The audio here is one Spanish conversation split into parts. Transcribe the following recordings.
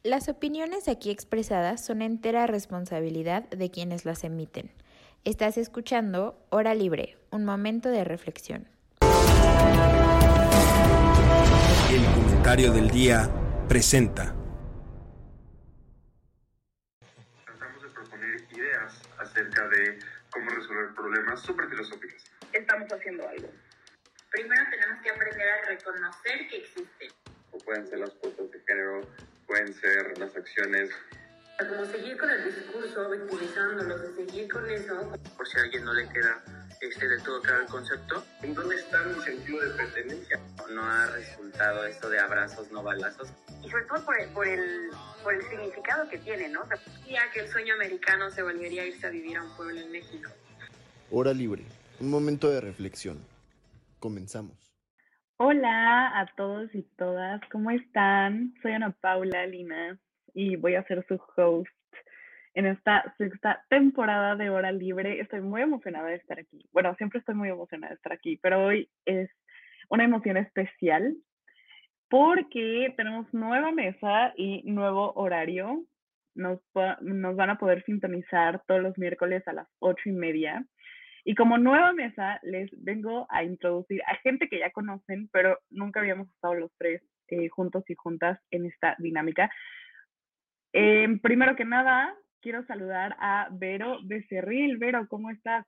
Las opiniones aquí expresadas son entera responsabilidad de quienes las emiten. Estás escuchando Hora Libre, un momento de reflexión. El comentario del día presenta. Tratamos de proponer ideas acerca de cómo resolver problemas súper filosóficos. Estamos haciendo algo. Primero tenemos que aprender a reconocer que existen. O pueden ser las cuotas de género, pueden ser las acciones. Como seguir con el discurso, victimizándolo, de seguir con eso. Por si a alguien no le queda del todo claro el concepto. ¿En dónde está mi sentido de pertenencia? No ha resultado esto de abrazos, no balazos. Y sobre todo por el significado que tiene, ¿no? Ya que el sueño americano se volvería a irse a vivir a un pueblo en México. Hora Libre, un momento de reflexión. Comenzamos. Hola a todos y todas, ¿cómo están? Soy Ana Paula Lina y voy a ser su host en esta sexta temporada de Hora Libre. Estoy muy emocionada de estar aquí. Bueno, siempre estoy muy emocionada de estar aquí, pero hoy es una emoción especial porque tenemos nueva mesa y nuevo horario. Nos van a poder sintonizar todos los miércoles a las 8:30. Y como nueva mesa, les vengo a introducir a gente que ya conocen, pero nunca habíamos estado los tres juntos y juntas en esta dinámica. Primero que nada, quiero saludar a Vero Becerril. Vero, ¿cómo estás?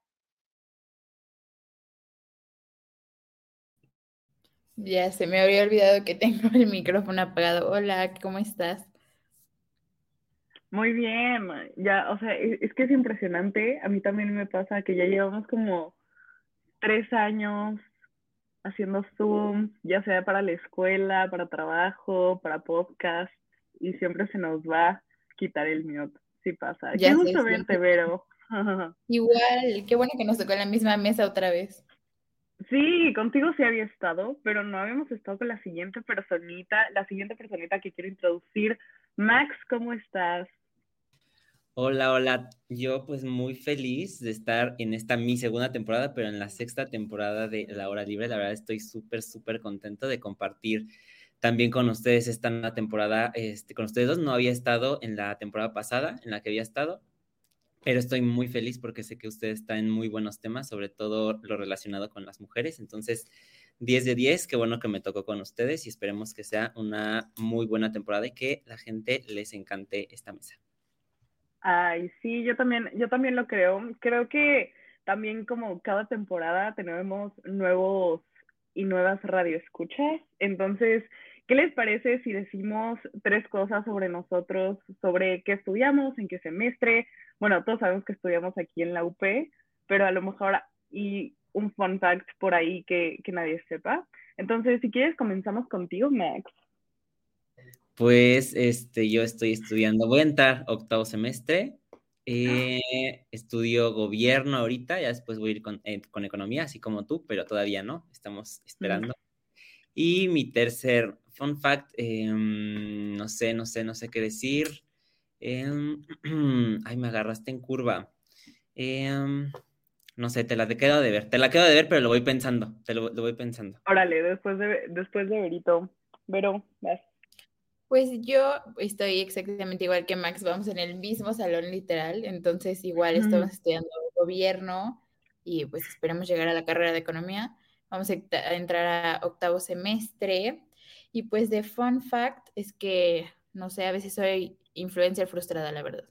Ya se me había olvidado que tengo el micrófono apagado. Hola, ¿cómo estás? Muy bien, ya, o sea, es que es impresionante. A mí también me pasa que ya llevamos como 3 años haciendo Zoom, ya sea para la escuela, para trabajo, para podcast, y siempre se nos va a quitar el mute. Sí pasa. Ya Qué sé, gusto sí. verte, Vero. Igual, qué bueno que nos tocó en la misma mesa otra vez. Sí, contigo sí había estado, pero no habíamos estado con la siguiente personita que quiero introducir. Max, ¿cómo estás? Hola. Yo pues muy feliz de estar en mi segunda temporada, pero en la sexta temporada de La Hora Libre. La verdad estoy súper contento de compartir también con ustedes esta nueva temporada. Con ustedes dos no había estado en la temporada pasada, en la que había estado, pero estoy muy feliz porque sé que ustedes están en muy buenos temas, sobre todo lo relacionado con las mujeres. Entonces, 10 de 10, qué bueno que me tocó con ustedes y esperemos que sea una muy buena temporada y que la gente les encante esta mesa. Ay, sí, yo también lo creo. Creo que también como cada temporada tenemos nuevos y nuevas radioescuchas. Entonces, ¿qué les parece si decimos 3 cosas sobre nosotros, sobre qué estudiamos, en qué semestre? Bueno, todos sabemos que estudiamos aquí en la UP, pero a lo mejor y un fun fact por ahí que nadie sepa. Entonces, si quieres, comenzamos contigo, Max. Pues yo estoy estudiando, voy a entrar octavo semestre, estudio gobierno ahorita, ya después voy a ir con economía, así como tú, pero todavía no, estamos esperando. Y mi tercer fun fact, no sé qué decir. Ay, me agarraste en curva. No sé, te la quedo de ver, pero lo voy pensando, lo voy pensando. Órale, después de Verito. Vero, vas. Pues yo estoy exactamente igual que Max, vamos en el mismo salón literal, entonces igual estamos estudiando gobierno y pues esperamos llegar a la carrera de economía. Vamos a entrar a octavo semestre y pues de fun fact es que, no sé, a veces soy influencer frustrada, la verdad.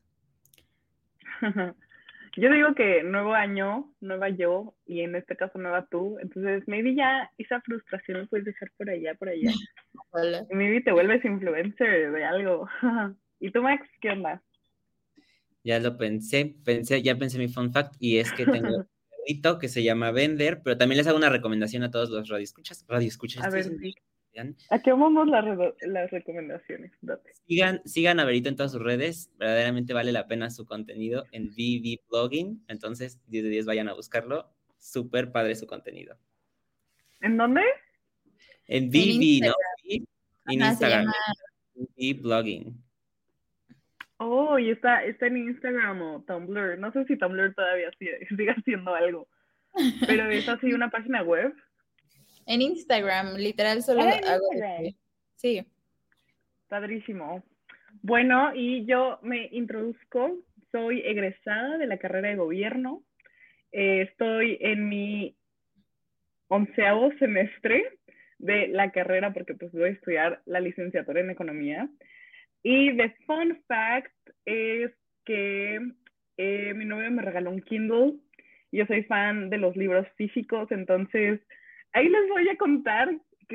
Yo digo que nuevo año, nueva yo, y en este caso nueva tú. Entonces, maybe ya esa frustración la puedes dejar por allá. Hola. Y maybe te vuelves influencer de algo. ¿Y tú, Max, qué onda? Ya lo pensé mi fun fact, y es que tengo un perrito que se llama Bender, pero también les hago una recomendación a todos los radioescuchas. A ver, sí. ¿A qué vamos las recomendaciones? Date. Sigan a Verito en todas sus redes, verdaderamente vale la pena su contenido en VV Blogging, entonces 10 de 10 vayan a buscarlo, súper padre su contenido. ¿En dónde? En VV, ¿no? En Ajá, Instagram, se llama VV Blogging. Oh, y está en Instagram o Tumblr. No sé si Tumblr todavía sigue haciendo algo, pero es así una página web. en Instagram, literal solo hago... Instagram. Sí. Padrísimo. Bueno, y yo me introduzco, soy egresada de la carrera de gobierno, estoy en mi 11º semestre de la carrera porque pues voy a estudiar la licenciatura en economía. Y the fun fact es que mi novio me regaló un Kindle. Yo soy fan de los libros físicos, entonces ahí les voy a contar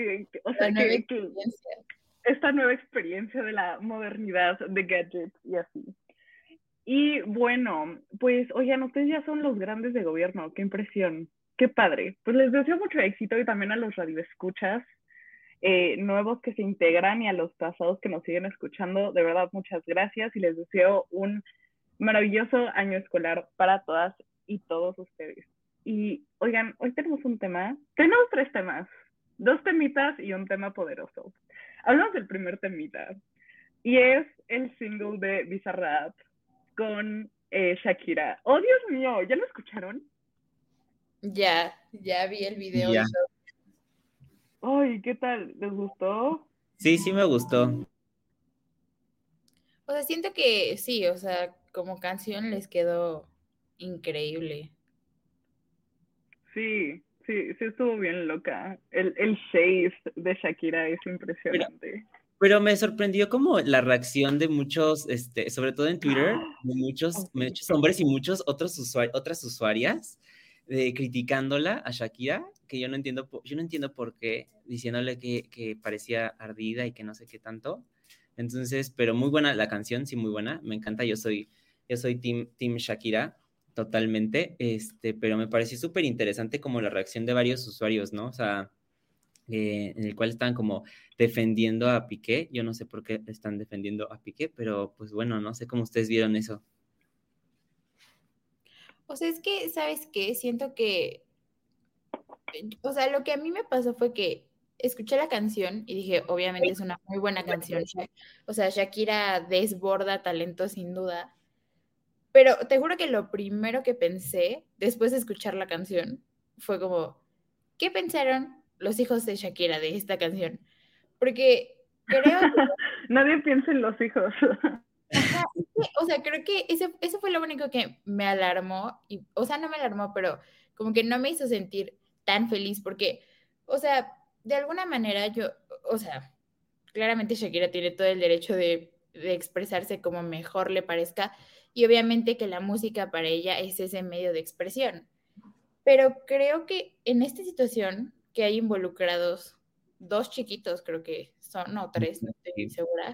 esta nueva experiencia de la modernidad de gadgets y así. Y bueno, pues oigan, ustedes ya son los grandes de gobierno, qué impresión, qué padre. Pues les deseo mucho éxito y también a los radioescuchas nuevos que se integran y a los pasados que nos siguen escuchando, de verdad muchas gracias y les deseo un maravilloso año escolar para todas y todos ustedes. Y oigan, hoy tenemos un tema, tenemos 3 temas, 2 temitas y un tema poderoso. Hablamos del primer temita y es el single de Bizarrap con Shakira. ¡Oh, Dios mío! ¿Ya lo escucharon? Ya vi el video. Ya. Y todo. Ay, ¿qué tal? ¿Les gustó? Sí, sí me gustó. O sea, siento que sí, o sea, como canción les quedó increíble. Sí estuvo bien loca. El shade de Shakira es impresionante. Pero me sorprendió como la reacción de muchos, sobre todo en Twitter, de muchos hombres y muchos otras usuarias criticándola a Shakira, que yo no entiendo por qué, diciéndole que parecía ardida y que no sé qué tanto. Entonces, pero muy buena la canción, sí, muy buena, me encanta, yo soy team Shakira, totalmente, pero me pareció súper interesante como la reacción de varios usuarios, ¿no? O sea, en el cual están como defendiendo a Piqué. Yo no sé por qué están defendiendo a Piqué, pero pues bueno, no sé cómo ustedes vieron eso. O sea, es que, ¿sabes qué? Siento que, o sea, lo que a mí me pasó fue que escuché la canción y dije, obviamente es una muy buena canción. O sea, Shakira desborda talento sin duda. Pero te juro que lo primero que pensé después de escuchar la canción fue como, ¿qué pensaron los hijos de Shakira de esta canción? Porque creo que... Nadie piensa en los hijos. Ajá, o sea, creo que eso fue lo único que me alarmó, y, o sea, no me alarmó, pero como que no me hizo sentir tan feliz porque, o sea, de alguna manera yo, o sea, claramente Shakira tiene todo el derecho de expresarse como mejor le parezca y obviamente que la música para ella es ese medio de expresión. Pero creo que en esta situación que hay involucrados 2 chiquitos, creo que son, no, 3, no estoy segura.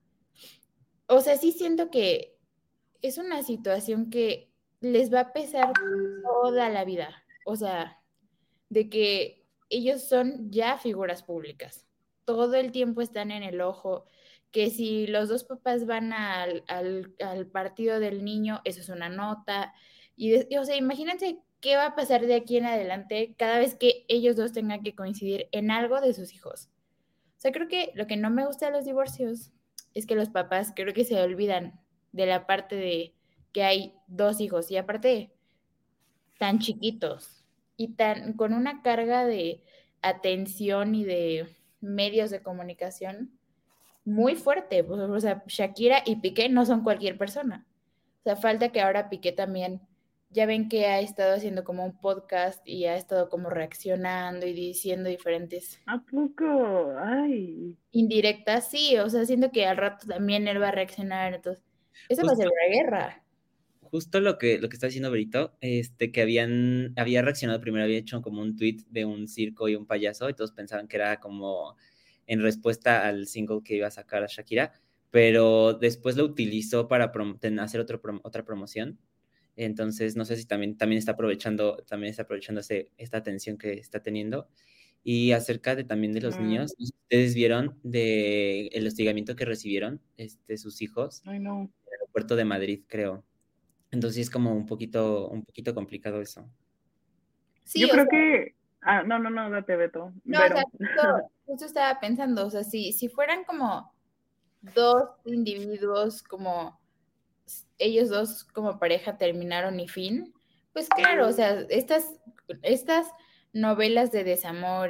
O sea, sí siento que es una situación que les va a pesar toda la vida. O sea, de que ellos son ya figuras públicas. Todo el tiempo están en el ojo, que si los 2 papás van al partido del niño, eso es una nota. O sea, imagínense qué va a pasar de aquí en adelante cada vez que ellos 2 tengan que coincidir en algo de sus hijos. O sea, creo que lo que no me gusta de los divorcios es que los papás creo que se olvidan de la parte de que hay 2 hijos y aparte tan chiquitos y tan con una carga de atención y de medios de comunicación muy fuerte. O sea, Shakira y Piqué no son cualquier persona. O sea, falta que ahora Piqué también, ya ven que ha estado haciendo como un podcast y ha estado como reaccionando y diciendo diferentes... ¿A poco? Ay. Indirectas, sí, o sea, siento que al rato también él va a reaccionar, entonces, eso va a ser una guerra. Justo lo que está diciendo Berito, que había reaccionado primero, había hecho como un tweet de un circo y un payaso, y todos pensaban que era como en respuesta al single que iba a sacar a Shakira, pero después lo utilizó para hacer otra promoción. Entonces, no sé si también está aprovechando esta atención que está teniendo. Y acerca también de los niños, ustedes vieron el hostigamiento que recibieron sus hijos Ay, no. en el aeropuerto de Madrid, creo. Entonces es como un poquito complicado eso. Sí, yo creo que... no, date, Beto. No, o sea, justo estaba pensando, o sea, si fueran como 2 individuos, como ellos 2 como pareja terminaron y fin, pues claro, o sea, estas novelas de desamor y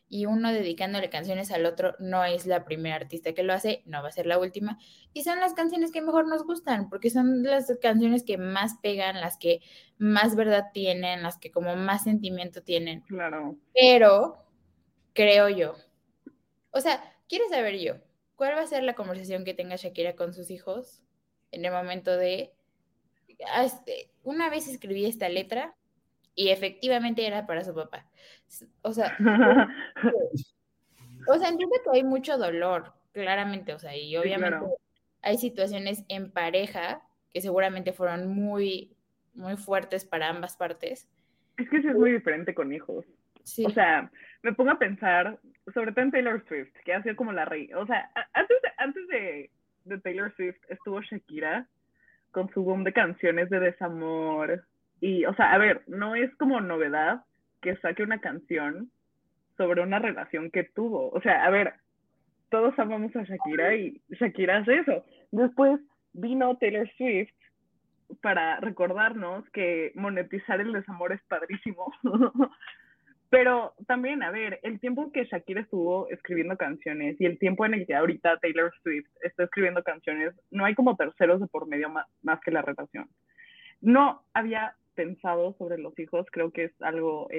y uno dedicándole canciones al otro no es la primera artista que lo hace, no va a ser la última, y son las canciones que mejor nos gustan, porque son las canciones que más pegan, las que más verdad tienen, las que como más sentimiento tienen. Claro. Pero, creo yo, o sea, quiero saber yo, ¿cuál va a ser la conversación que tenga Shakira con sus hijos en el momento de, una vez escribí esta letra y efectivamente era para su papá? O sea, entiendo que hay mucho dolor, claramente, o sea, y Sí, obviamente claro. hay situaciones en pareja que seguramente fueron muy, muy fuertes para ambas partes. Es que sí es muy diferente con hijos. Sí. O sea, me pongo a pensar, sobre todo en Taylor Swift, que ha sido como la rey. O sea, antes de Taylor Swift estuvo Shakira con su boom de canciones de desamor. Y, o sea, a ver, no es como novedad que saque una canción sobre una relación que tuvo. O sea, a ver, todos amamos a Shakira y Shakira hace eso. Después vino Taylor Swift para recordarnos que monetizar el desamor es padrísimo. Pero también, a ver, el tiempo que Shakira estuvo escribiendo canciones y el tiempo en el que ahorita Taylor Swift está escribiendo canciones, no hay como terceros de por medio más que la relación. No había pensado sobre los hijos, creo que es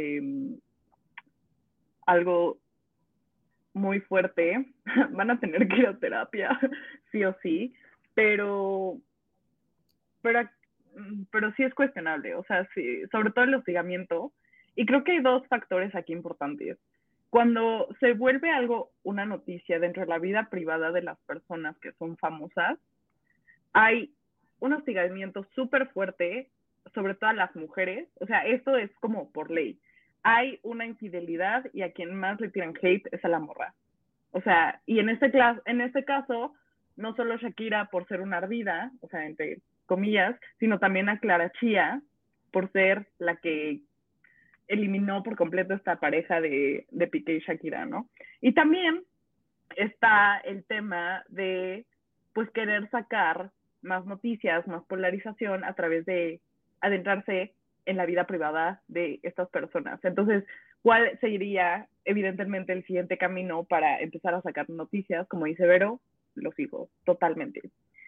algo muy fuerte. Van a tener que ir a terapia, sí o sí, pero, pero, pero sí es cuestionable, o sea, sí, sobre todo el hostigamiento. Y creo que hay dos factores aquí importantes. Cuando se vuelve algo, una noticia dentro de la vida privada de las personas que son famosas, hay un hostigamiento súper fuerte, sobre todo a las mujeres. O sea, esto es como por ley. Hay una infidelidad y a quien más le tiran hate es a la morra. O sea, y en este caso, no solo Shakira por ser una ardida, o sea, entre comillas, sino también a Clara Chía por ser la que eliminó por completo esta pareja de Piqué y Shakira, ¿no? Y también está el tema de, pues, querer sacar más noticias, más polarización a través de adentrarse en la vida privada de estas personas. Entonces, ¿cuál sería, evidentemente, el siguiente camino para empezar a sacar noticias? Como dice Vero, los hijos, totalmente.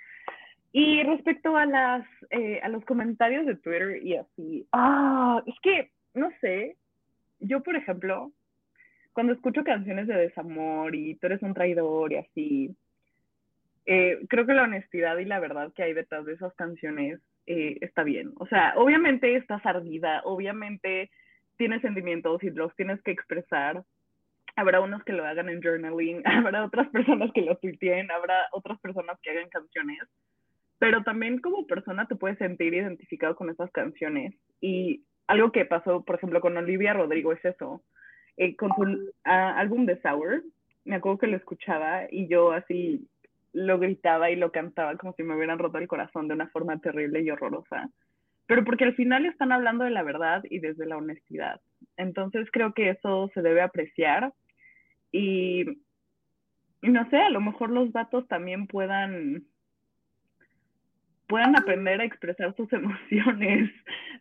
Y respecto a los comentarios de Twitter y así, es que, no sé, yo, por ejemplo, cuando escucho canciones de desamor y tú eres un traidor y así, creo que la honestidad y la verdad que hay detrás de esas canciones está bien. O sea, obviamente estás ardida, obviamente tienes sentimientos y los tienes que expresar. Habrá unos que lo hagan en journaling, habrá otras personas que lo tuiteen, habrá otras personas que hagan canciones, pero también como persona te puedes sentir identificado con esas canciones. Y algo que pasó, por ejemplo, con Olivia Rodrigo es eso. Con su álbum de Sour, me acuerdo que lo escuchaba y yo así lo gritaba y lo cantaba como si me hubieran roto el corazón de una forma terrible y horrorosa. Pero porque al final están hablando de la verdad y desde la honestidad. Entonces creo que eso se debe apreciar y no sé, a lo mejor los datos también puedan aprender a expresar sus emociones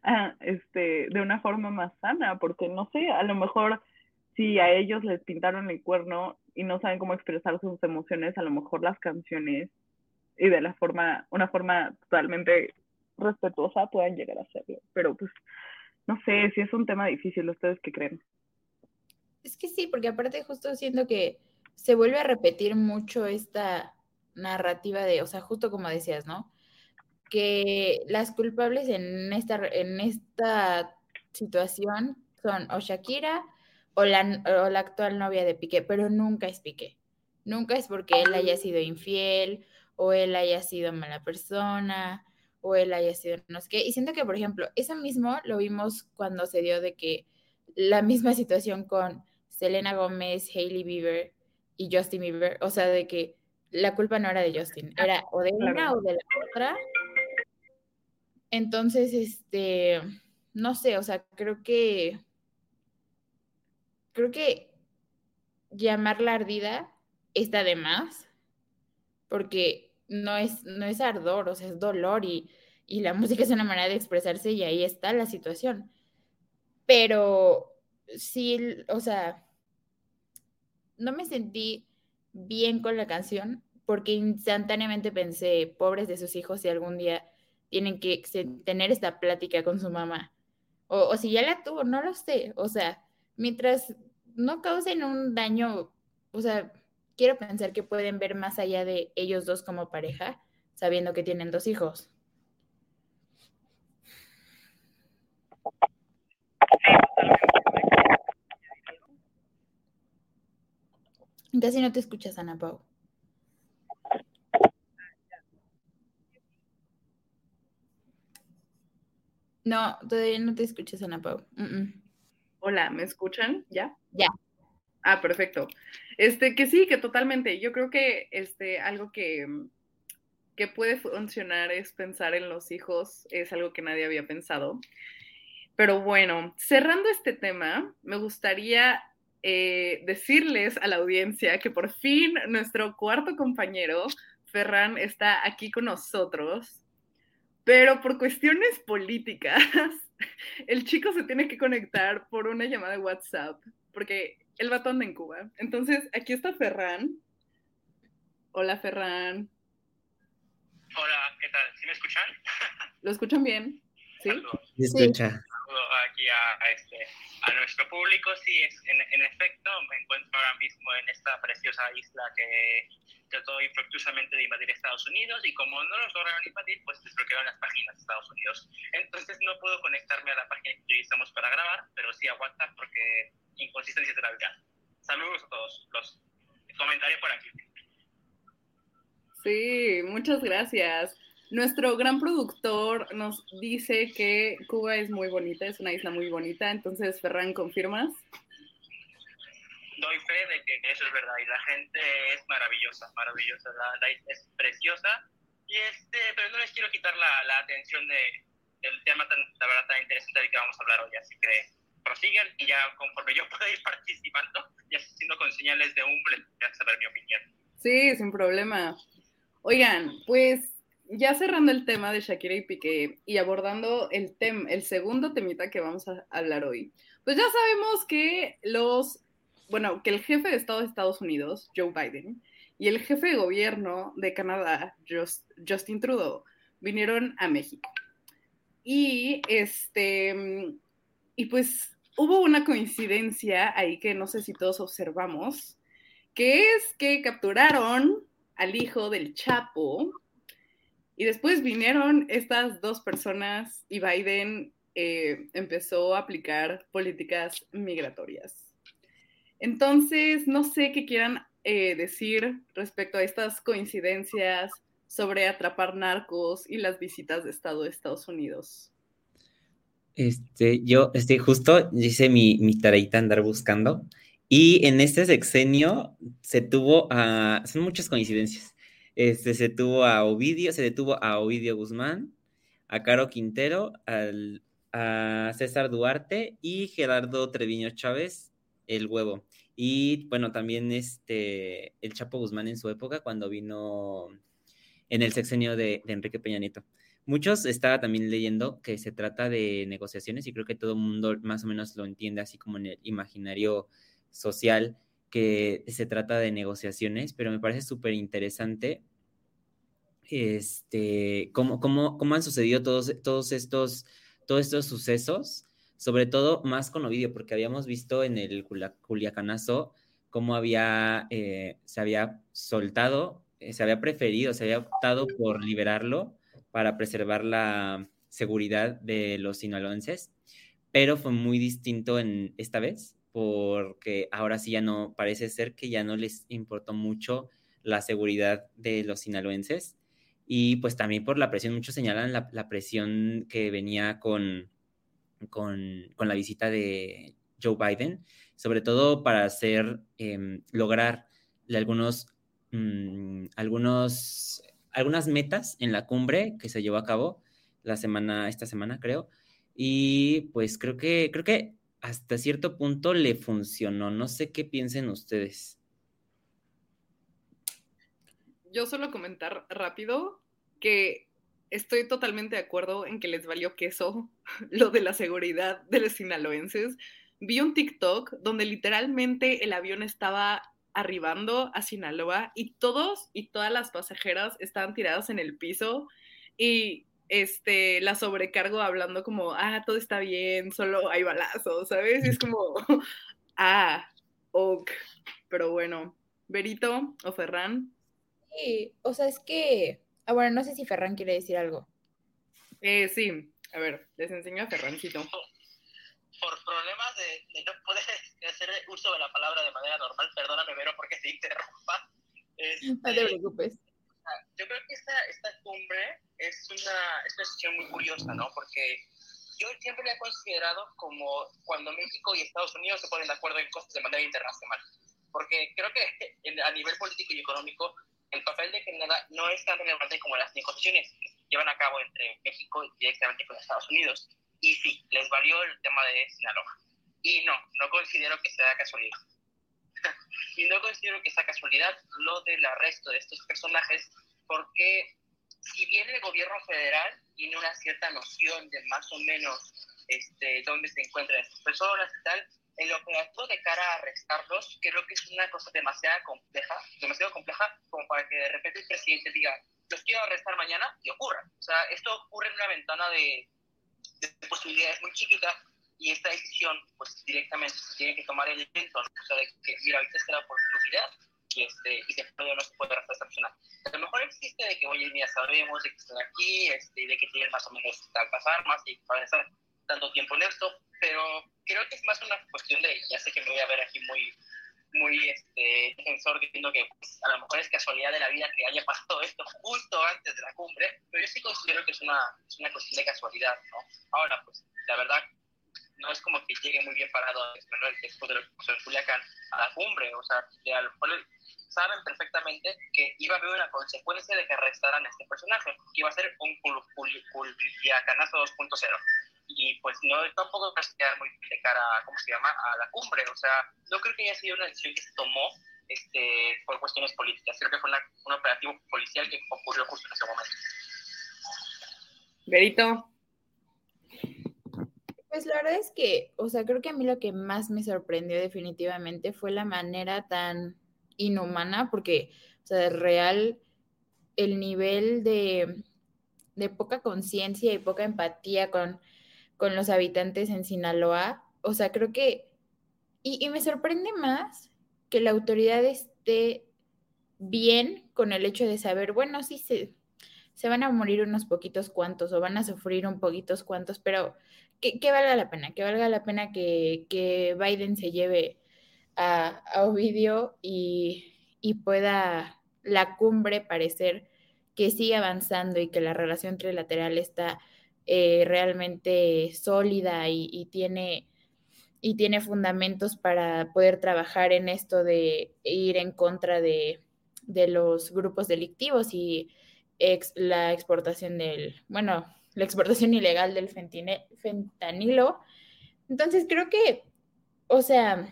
de una forma más sana, porque no sé, a lo mejor si a ellos les pintaron el cuerno y no saben cómo expresar sus emociones, a lo mejor las canciones y de una forma totalmente respetuosa puedan llegar a hacerlo. Pero pues, no sé, si es un tema difícil, ¿ustedes qué creen? Es que sí, porque aparte justo siento que se vuelve a repetir mucho esta narrativa de, o sea, justo como decías, ¿no? Que las culpables en esta situación son o Shakira o la actual novia de Piqué, pero nunca es Piqué. Nunca es porque él haya sido infiel o él haya sido mala persona o él haya sido no sé qué. Y siento que, por ejemplo, eso mismo lo vimos cuando se dio de que la misma situación con Selena Gómez, Hailey Bieber y Justin Bieber, o sea, de que la culpa no era de Justin, era o de una Claro. o de la otra. Entonces, no sé, o sea, creo que llamarla ardida está de más, porque no es ardor, o sea, es dolor y la música es una manera de expresarse y ahí está la situación. Pero sí, o sea, no me sentí bien con la canción porque instantáneamente pensé, pobres de sus hijos si algún día tienen que tener esta plática con su mamá. O si ya la tuvo, no lo sé. O sea, mientras no causen un daño, o sea, quiero pensar que pueden ver más allá de ellos dos como pareja, sabiendo que tienen 2 hijos. Casi no te escuchas, Ana Pau. No, todavía no te escuchas, Ana Pau. Hola, ¿me escuchan? ¿Ya? Ya. Ah, perfecto. Que sí, que totalmente. Yo creo que algo que puede funcionar es pensar en los hijos, es algo que nadie había pensado. Pero bueno, cerrando este tema, me gustaría decirles a la audiencia que por fin nuestro cuarto compañero, Ferran, está aquí con nosotros, pero por cuestiones políticas, el chico se tiene que conectar por una llamada de WhatsApp, porque el vato anda en Cuba. Entonces, aquí está Ferran. Hola, Ferran. Hola, ¿qué tal? ¿Sí me escuchan? ¿Lo escuchan bien? ¿Sí? Saludos. ¿Me escucha? Saludo aquí a nuestro público. Sí, en efecto, me encuentro ahora mismo en esta preciosa isla que trató infructuosamente de invadir Estados Unidos, y como no los lograron invadir, pues desbloquearon las páginas de Estados Unidos. Entonces no puedo conectarme a la página que utilizamos para grabar, pero sí a WhatsApp porque inconsistencias de la vida. Saludos a todos. Los comentaré por aquí. Sí, muchas gracias. Nuestro gran productor nos dice que Cuba es muy bonita, es una isla muy bonita. Entonces, Ferran, ¿confirmas? Doy fe de que eso es verdad, y la gente es maravillosa, la isla es preciosa, y pero no les quiero quitar la atención del tema la verdad tan interesante del que vamos a hablar hoy, así que prosigan, y ya conforme yo pueda ir participando, ya haciendo con señales de ya saber mi opinión. Sí, sin problema. Oigan, pues ya cerrando el tema de Shakira y Piqué y abordando el segundo temita que vamos a hablar hoy, pues ya sabemos que que el jefe de Estado de Estados Unidos, Joe Biden, y el jefe de gobierno de Canadá, Justin Trudeau, vinieron a México. Y pues hubo una coincidencia ahí que no sé si todos observamos, que es que capturaron al hijo del Chapo, y después vinieron estas dos personas y Biden empezó a aplicar políticas migratorias. Entonces, no sé qué quieran decir respecto a estas coincidencias sobre atrapar narcos y las visitas de Estado de Estados Unidos. Yo, justo hice mi tareita andar buscando, y en este sexenio son muchas coincidencias. Se detuvo a Ovidio Guzmán, a Caro Quintero, a César Duarte y Gerardo Treviño Chávez, el Huevo. Y bueno, también el Chapo Guzmán en su época, cuando vino en el sexenio de Enrique Peña Nieto. Muchos estaba también leyendo que se trata de negociaciones, y creo que todo el mundo más o menos lo entiende así como en el imaginario social, que se trata de negociaciones, pero me parece súper interesante cómo han sucedido todos estos sucesos, sobre todo más con Ovidio, porque habíamos visto en el Culiacanazo cómo se había soltado, se había optado por liberarlo para preservar la seguridad de los sinaloenses, pero fue muy distinto en esta vez, porque ahora sí parece ser que ya no les importó mucho la seguridad de los sinaloenses, y pues también por la presión. Muchos señalan la presión que venía con la visita de Joe Biden, sobre todo para lograr algunas metas en la cumbre que se llevó a cabo esta semana, creo, y pues creo que hasta cierto punto le funcionó. No sé qué piensen ustedes. Yo solo comentar rápido que estoy totalmente de acuerdo en que les valió queso lo de la seguridad de los sinaloenses. Vi un TikTok donde literalmente el avión estaba arribando a Sinaloa y todos y todas las pasajeras estaban tirados en el piso y la sobrecargo hablando como, todo está bien, solo hay balazos, ¿sabes? Y es como, ok, pero bueno, Berito o Ferran. Sí, o sea, es que, bueno, no sé si Ferran quiere decir algo. Sí, a ver, les enseño a Ferrancito. Por problemas de no poder hacer uso de la palabra de manera normal, perdóname, Vero, porque te interrumpa. No te preocupes. Yo creo que esta cumbre es una decisión muy curiosa, ¿no? Porque yo siempre la he considerado como cuando México y Estados Unidos se ponen de acuerdo en cosas de manera internacional. Porque creo que a nivel político y económico, el papel de Canadá no es tan relevante como las negociaciones que se llevan a cabo entre México y directamente con Estados Unidos. Y sí, les valió el tema de Sinaloa. Y no considero que sea casualidad. Y no considero que sea casualidad lo del arresto de estos personajes, porque si bien el gobierno federal tiene una cierta noción de más o menos dónde se encuentran estas personas y tal, el operativo de cara a arrestarlos creo que es una cosa demasiado compleja como para que de repente el presidente diga, los quiero arrestar mañana y ocurra. O sea, esto ocurre en una ventana de posibilidades muy chiquitas y esta decisión pues directamente se tiene que tomar el evento, ¿no? O sea, de que mira, ahorita está la oportunidad y se puede o no se puede sancionar. A lo mejor existe de que hoy en día sabemos de que están aquí, de que tienen más o menos tantas armas y van a estar tanto tiempo en esto, pero creo que es más una cuestión de, ya sé que me voy a ver aquí muy defensor diciendo que pues, a lo mejor es casualidad de la vida que haya pasado esto justo antes de la cumbre, pero yo sí considero que es una cuestión de casualidad, ¿no? Ahora, pues, la verdad, no es como que llegue muy bien parado Manuel después de lo que pasó en Culiacán a la cumbre, o sea, que a lo mejor saben perfectamente que iba a haber una consecuencia de que arrestaran a este personaje, que iba a ser un Culiacanazo 2.0. Y pues no tampoco va a quedar muy de cara a la cumbre, o sea, no creo que haya sido una decisión que se tomó por cuestiones políticas, creo que fue un operativo policial que ocurrió justo en ese momento. Berito. Pues la verdad es que, o sea, creo que a mí lo que más me sorprendió definitivamente fue la manera tan inhumana, porque, o sea, de real, el nivel de poca conciencia y poca empatía con los habitantes en Sinaloa, o sea, creo que, y me sorprende más que la autoridad esté bien con el hecho de saber, bueno, sí se van a morir unos poquitos cuantos o van a sufrir un poquitos cuantos, pero que valga la pena, que valga la pena que Biden se lleve a Ovidio y pueda la cumbre parecer que sigue avanzando y que la relación trilateral está realmente sólida y tiene fundamentos para poder trabajar en esto de ir en contra de los grupos delictivos y la exportación la exportación ilegal del fentanilo. Entonces creo que, o sea,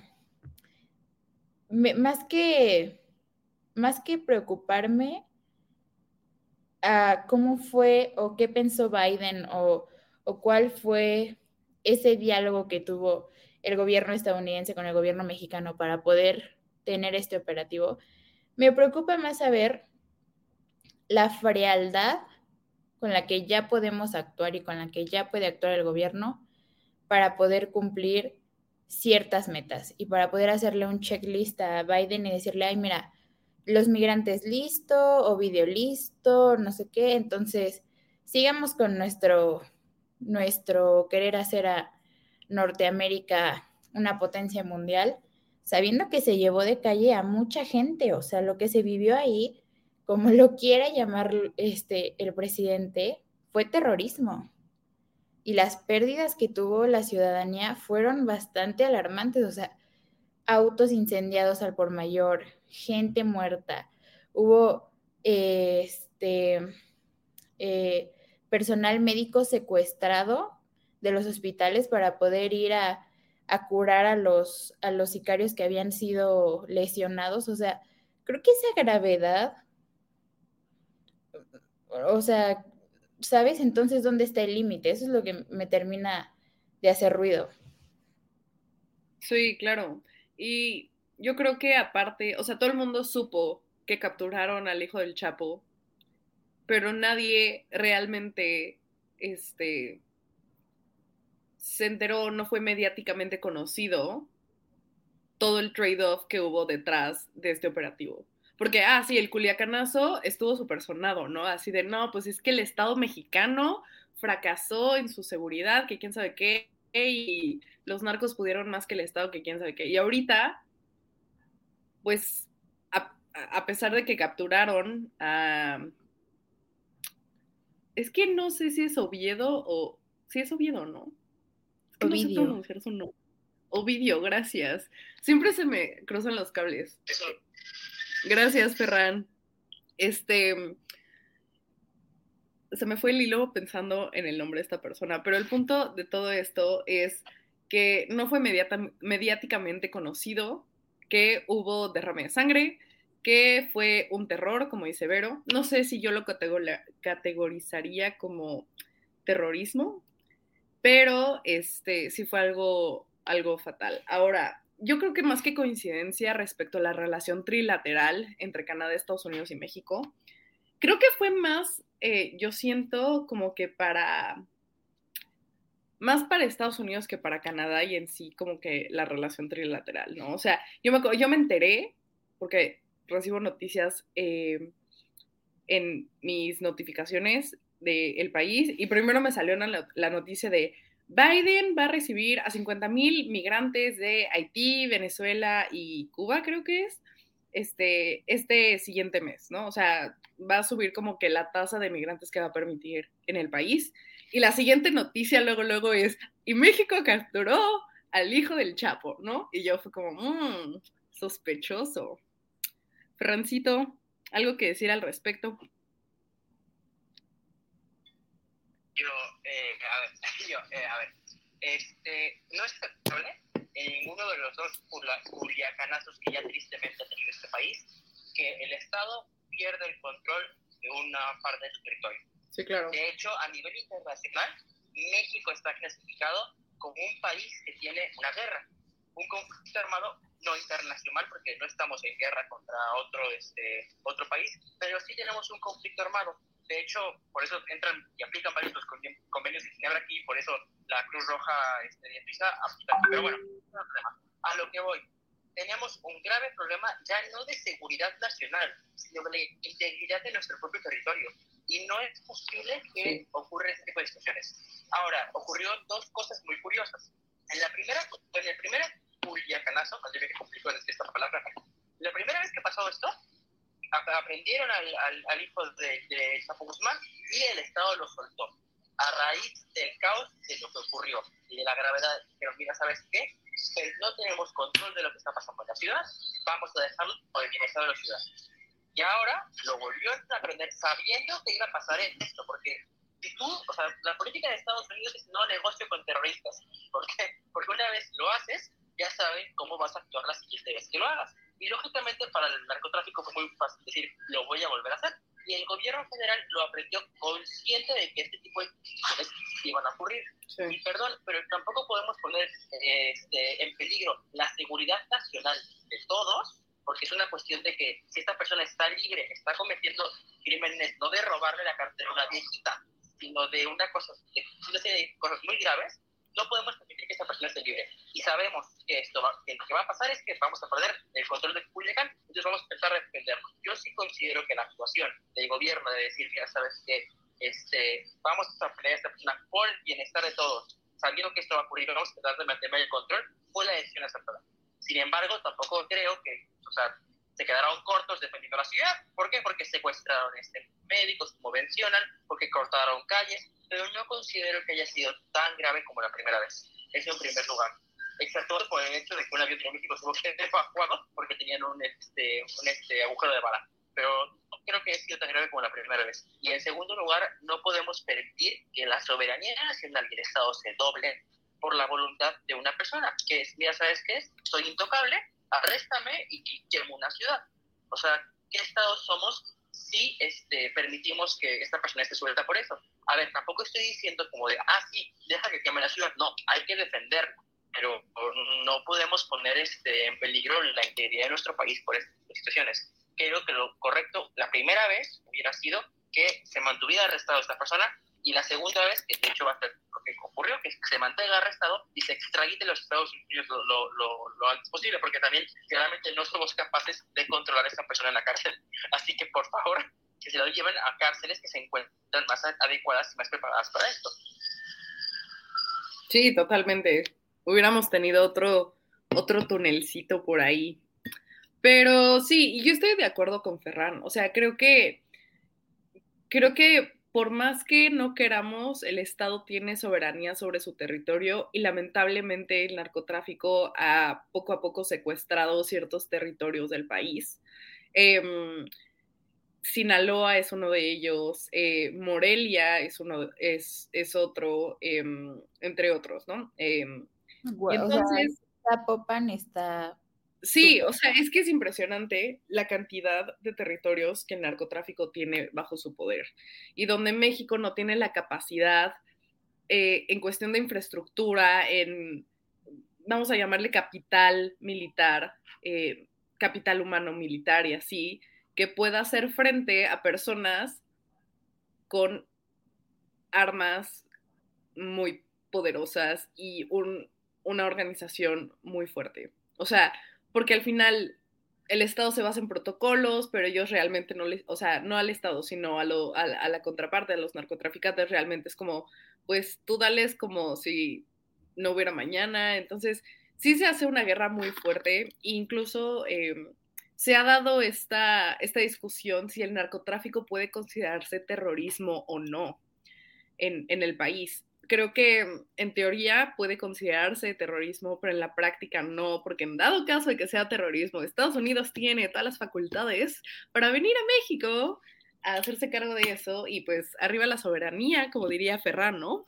más que preocuparme a cómo fue o qué pensó Biden o cuál fue ese diálogo que tuvo el gobierno estadounidense con el gobierno mexicano para poder tener este operativo, me preocupa más saber la frialdad con la que ya podemos actuar y con la que ya puede actuar el gobierno para poder cumplir ciertas metas y para poder hacerle un checklist a Biden y decirle, ay, mira, los migrantes listo, Ovidio listo, no sé qué, entonces sigamos con nuestro querer hacer a Norteamérica una potencia mundial, sabiendo que se llevó de calle a mucha gente, o sea, lo que se vivió ahí, como lo quiera llamar el presidente, fue terrorismo. Y las pérdidas que tuvo la ciudadanía fueron bastante alarmantes, o sea, autos incendiados al por mayor, gente muerta, hubo personal médico secuestrado de los hospitales para poder ir a curar a los sicarios que habían sido lesionados, o sea, creo que esa gravedad, o sea, ¿sabes entonces dónde está el límite? Eso es lo que me termina de hacer ruido. Sí, claro. Y yo creo que aparte, o sea, todo el mundo supo que capturaron al hijo del Chapo, pero nadie realmente, se enteró, no fue mediáticamente conocido todo el trade-off que hubo detrás de este operativo. Porque, sí, el Culiacanazo estuvo súper sonado, ¿no? Así de, no, pues es que el Estado mexicano fracasó en su seguridad, que quién sabe qué, y los narcos pudieron más que el Estado, que quién sabe qué. Y ahorita, pues, a pesar de que capturaron a... Es que no sé si es Oviedo o... Sí es Oviedo, ¿no? Es que no sé pronunciar su nombre. Ovidio, gracias. Siempre se me cruzan los cables. Gracias, Ferran. Se me fue el hilo pensando en el nombre de esta persona, pero el punto de todo esto es que no fue mediáticamente conocido, que hubo derrame de sangre, que fue un terror, como dice Vero. No sé si yo lo categorizaría como terrorismo, pero sí fue algo fatal. Ahora, yo creo que más que coincidencia respecto a la relación trilateral entre Canadá, Estados Unidos y México, creo que fue más, yo siento como que más para Estados Unidos que para Canadá y en sí como que la relación trilateral, ¿no? O sea, yo me enteré, porque recibo noticias en mis notificaciones del país, y primero me salió la noticia de Biden va a recibir a 50,000 migrantes de Haití, Venezuela y Cuba, creo que es, este siguiente mes, ¿no? O sea, va a subir como que la tasa de migrantes que va a permitir en el país. Y la siguiente noticia luego es, y México capturó al hijo del Chapo, ¿no? Y yo fue como, sospechoso. Francito, ¿algo que decir al respecto? No es aceptable en ninguno de los dos culiacanazos que ya tristemente ha tenido este país, que el Estado pierde el control de una parte de su territorio. Sí, claro. De hecho, a nivel internacional, México está clasificado como un país que tiene una guerra, un conflicto armado no internacional, porque no estamos en guerra contra otro país, pero sí tenemos un conflicto armado. De hecho, por eso entran y aplican varios los convenios de Ginebra aquí, por eso la Cruz Roja de Suiza aplica aquí. Pero bueno, no hay problema. A lo que voy, tenemos un grave problema ya no de seguridad nacional, sino de la integridad de nuestro propio territorio. Y no es posible que ocurra este tipo de situaciones. Ahora, ocurrió dos cosas muy curiosas. En el primer culiacanazo, cuando yo me complico decir esta palabra, la primera vez que pasó esto, aprendieron al hijo de Chapo Guzmán y el Estado lo soltó. A raíz del caos de lo que ocurrió y de la gravedad, pero mira, ¿sabes qué? Pues no tenemos control de lo que está pasando en la ciudad, vamos a dejarlo por el bienestar de los ciudadanos. Y ahora lo volvió a aprender sabiendo que iba a pasar esto, porque la política de Estados Unidos es no negocio con terroristas. ¿Por qué? Porque una vez lo haces, ya saben cómo vas a actuar la siguiente vez que lo hagas. Y lógicamente para el narcotráfico fue muy fácil decir, lo voy a volver a hacer. Y el gobierno federal lo aprendió consciente de que este tipo de situaciones iban a ocurrir. Sí. Y perdón, pero tampoco podemos poner en peligro la seguridad nacional de todos, porque es una cuestión de que si esta persona está libre, está cometiendo crímenes, no de robarle la cartera a una viejita, sino de una serie de cosas muy graves, no podemos permitir que esta persona esté libre. Y sabemos que lo que va a pasar es que vamos a perder el control de Culiacán, entonces vamos a empezar a defendernos. Yo sí considero que la actuación del gobierno de decir, mira, sabes que vamos a pelear a esta persona por el bienestar de todos, sabiendo que esto va a ocurrir, vamos a tratar de mantener el control, fue la decisión acertada. Sin embargo, tampoco creo que, se quedaron cortos defendiendo la ciudad. ¿Por qué? Porque secuestraron médicos, como mencionan, porque cortaron calles, pero no considero que haya sido tan grave como la primera vez. Eso en primer lugar. Excepto por el hecho de que un avión de México tuvo que ser evacuado porque tenían un agujero de bala. Pero no creo que haya sido tan grave como la primera vez. Y en segundo lugar, no podemos permitir que la soberanía nacional y el Estado se doblen por la voluntad de una persona, que es, mira, ¿sabes qué es? Soy intocable, arréstame y quemo una ciudad. O sea, ¿qué Estado somos si permitimos que esta persona esté suelta por eso? A ver, tampoco estoy diciendo como de, sí, deja que queme la ciudad. No, hay que defenderla. pero no podemos poner en peligro la integridad de nuestro país por estas situaciones. Creo que lo correcto, la primera vez hubiera sido que se mantuviera arrestado esta persona, y la segunda vez, que de hecho va a ser lo que ocurrió, que se mantenga arrestado y se extradite a los Estados Unidos lo antes posible, porque también claramente no somos capaces de controlar a esta persona en la cárcel. Así que, por favor, que se lo lleven a cárceles que se encuentran más adecuadas y más preparadas para esto. Sí, totalmente. Hubiéramos tenido otro tunelcito por ahí. Pero sí, yo estoy de acuerdo con Ferran. O sea, creo que por más que no queramos, el Estado tiene soberanía sobre su territorio y lamentablemente el narcotráfico ha poco a poco secuestrado ciertos territorios del país. Sinaloa es uno de ellos, Morelia es otro, entre otros, ¿no? Entonces, Zapopan está... Sí, o sea, es que es impresionante la cantidad de territorios que el narcotráfico tiene bajo su poder y donde México no tiene la capacidad en cuestión de infraestructura, vamos a llamarle capital militar, capital humano militar y así, que pueda hacer frente a personas con armas muy poderosas y una organización muy fuerte. O sea, porque al final el Estado se basa en protocolos, pero ellos realmente no no al Estado, sino a la contraparte, a los narcotraficantes, realmente es como, pues tú dales como si no hubiera mañana. Entonces, sí se hace una guerra muy fuerte, incluso se ha dado esta discusión si el narcotráfico puede considerarse terrorismo o no en el país. Creo que en teoría puede considerarse terrorismo, pero en la práctica no, porque en dado caso de que sea terrorismo, Estados Unidos tiene todas las facultades para venir a México a hacerse cargo de eso y pues arriba la soberanía, como diría Ferran, ¿no?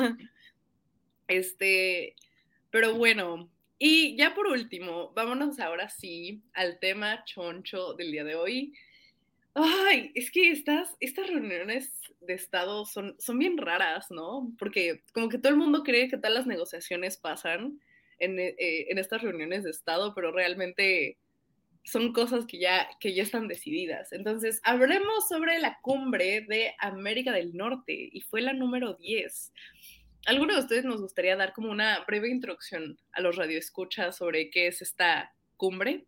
Pero bueno, y ya por último, vámonos ahora sí al tema choncho del día de hoy. Ay, es que estas reuniones de Estado son bien raras, ¿no? Porque como que todo el mundo cree que todas las negociaciones pasan en estas reuniones de Estado, pero realmente son cosas que ya están decididas. Entonces, hablemos sobre la cumbre de América del Norte, y fue la número 10. ¿Alguno de ustedes nos gustaría dar como una breve introducción a los radioescuchas sobre qué es esta cumbre?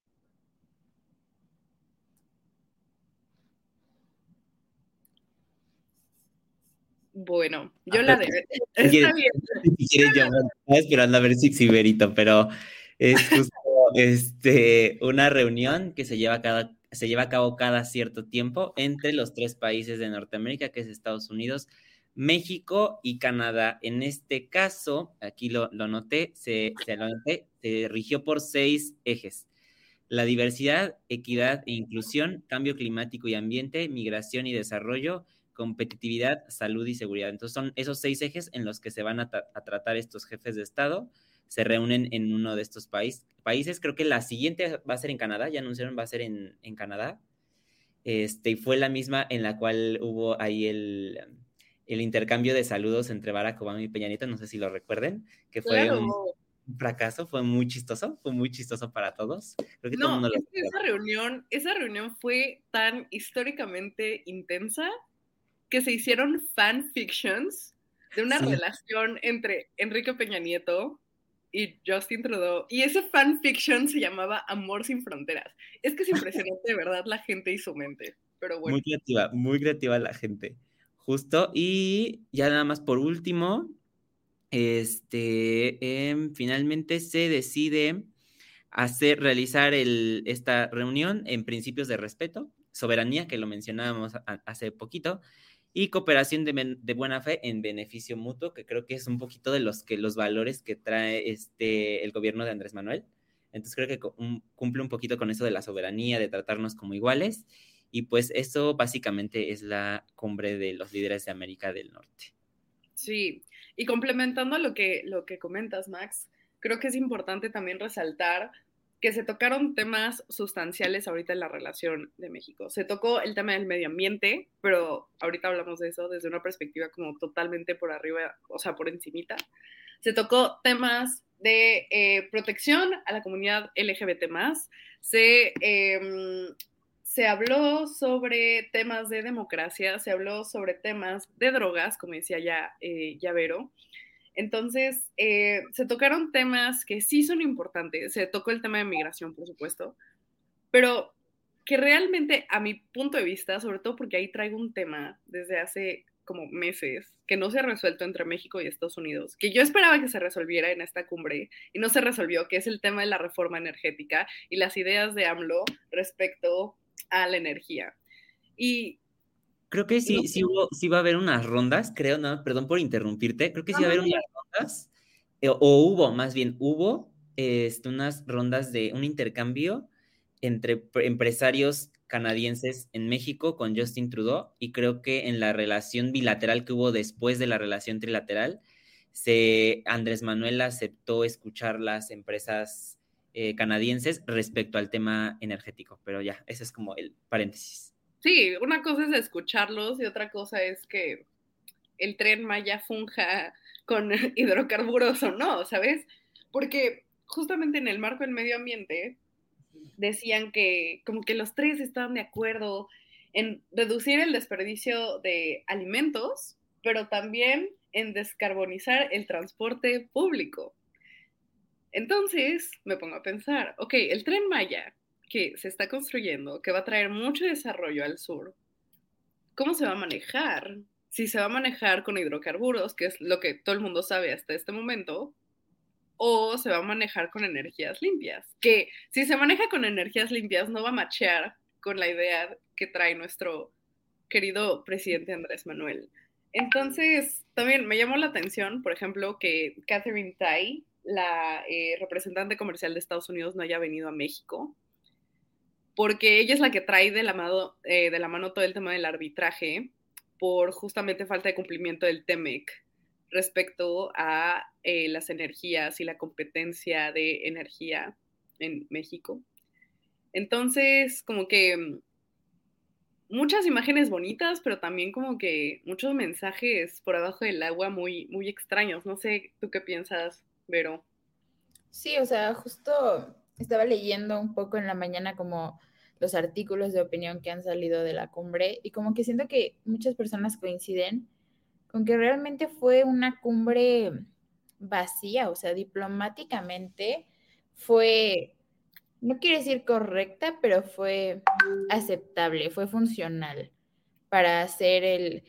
Bueno, yo la debe. Está bien. Estaba esperando a ver si Berito, pero es justo una reunión que se lleva a cabo cada cierto tiempo entre los 3 países de Norteamérica, que es Estados Unidos, México y Canadá. En este caso, aquí lo noté, se rigió por 6 ejes: la diversidad, equidad e inclusión, cambio climático y ambiente, migración y desarrollo, competitividad, salud y seguridad. Entonces son esos 6 ejes en los que se van a tratar estos jefes de Estado. Se reúnen en uno de estos países. Creo que la siguiente va a ser en Canadá, ya anunciaron, va a ser en Canadá. Y fue la misma en la cual hubo ahí el intercambio de saludos entre Barack Obama y Peña Nieto, no sé si lo recuerden, que fue Claro. un fracaso, fue muy chistoso para todos. Creo que no, todo el mundo es que esa reunión fue tan históricamente intensa que se hicieron fanfictions de una relación entre Enrique Peña Nieto y Justin Trudeau, y ese fanfiction se llamaba Amor sin Fronteras. Es que es impresionante, de verdad, la gente y su mente, pero bueno. Muy creativa la gente, justo. Y ya nada más por último, finalmente se decide realizar esta reunión en principios de respeto, soberanía, que lo mencionábamos hace poquito, y cooperación de buena fe en beneficio mutuo, que creo que es un poquito de los valores que trae el gobierno de Andrés Manuel. Entonces creo que cumple un poquito con eso de la soberanía, de tratarnos como iguales, y pues eso básicamente es la cumbre de los líderes de América del Norte. Sí, y complementando lo que comentas, Max, creo que es importante también resaltar que se tocaron temas sustanciales ahorita en la relación de México. Se tocó el tema del medio ambiente, pero ahorita hablamos de eso desde una perspectiva como totalmente por arriba, o sea, por encimita. Se tocó temas de protección a la comunidad LGBT+. Se habló sobre temas de democracia, se habló sobre temas de drogas, como decía ya Vero. Entonces, se tocaron temas que sí son importantes. Se tocó el tema de migración, por supuesto, pero que realmente, a mi punto de vista, sobre todo porque ahí traigo un tema desde hace como meses que no se ha resuelto entre México y Estados Unidos, que yo esperaba que se resolviera en esta cumbre y no se resolvió, que es el tema de la reforma energética y las ideas de AMLO respecto a la energía. Y creo que sí, sí va a haber unas rondas, creo, no, perdón por interrumpirte, creo que sí va a haber unas rondas, hubo unas rondas de un intercambio entre empresarios canadienses en México con Justin Trudeau, y creo que en la relación bilateral que hubo después de la relación trilateral, Andrés Manuel aceptó escuchar las empresas canadienses respecto al tema energético, pero ya, ese es como el paréntesis. Sí, una cosa es escucharlos y otra cosa es que el Tren Maya funja con hidrocarburos o no, ¿sabes? Porque justamente en el marco del medio ambiente decían que como que los tres estaban de acuerdo en reducir el desperdicio de alimentos, pero también en descarbonizar el transporte público. Entonces me pongo a pensar, ok, el Tren Maya que se está construyendo, que va a traer mucho desarrollo al sur, ¿cómo se va a manejar? Si se va a manejar con hidrocarburos, que es lo que todo el mundo sabe hasta este momento, o se va a manejar con energías limpias, que si se maneja con energías limpias no va a machear con la idea que trae nuestro querido presidente Andrés Manuel. Entonces, también me llamó la atención, por ejemplo, que Catherine Tai, la representante comercial de Estados Unidos, no haya venido a México, porque ella es la que trae de la mano todo el tema del arbitraje por justamente falta de cumplimiento del TEMEC respecto a las energías y la competencia de energía en México. Entonces, como que muchas imágenes bonitas, pero también como que muchos mensajes por abajo del agua muy, muy extraños. No sé, ¿tú qué piensas, Vero? Sí, o sea, justo estaba leyendo un poco en la mañana como los artículos de opinión que han salido de la cumbre y como que siento que muchas personas coinciden con que realmente fue una cumbre vacía, o sea, diplomáticamente fue, no quiero decir correcta, pero fue aceptable, fue funcional para hacer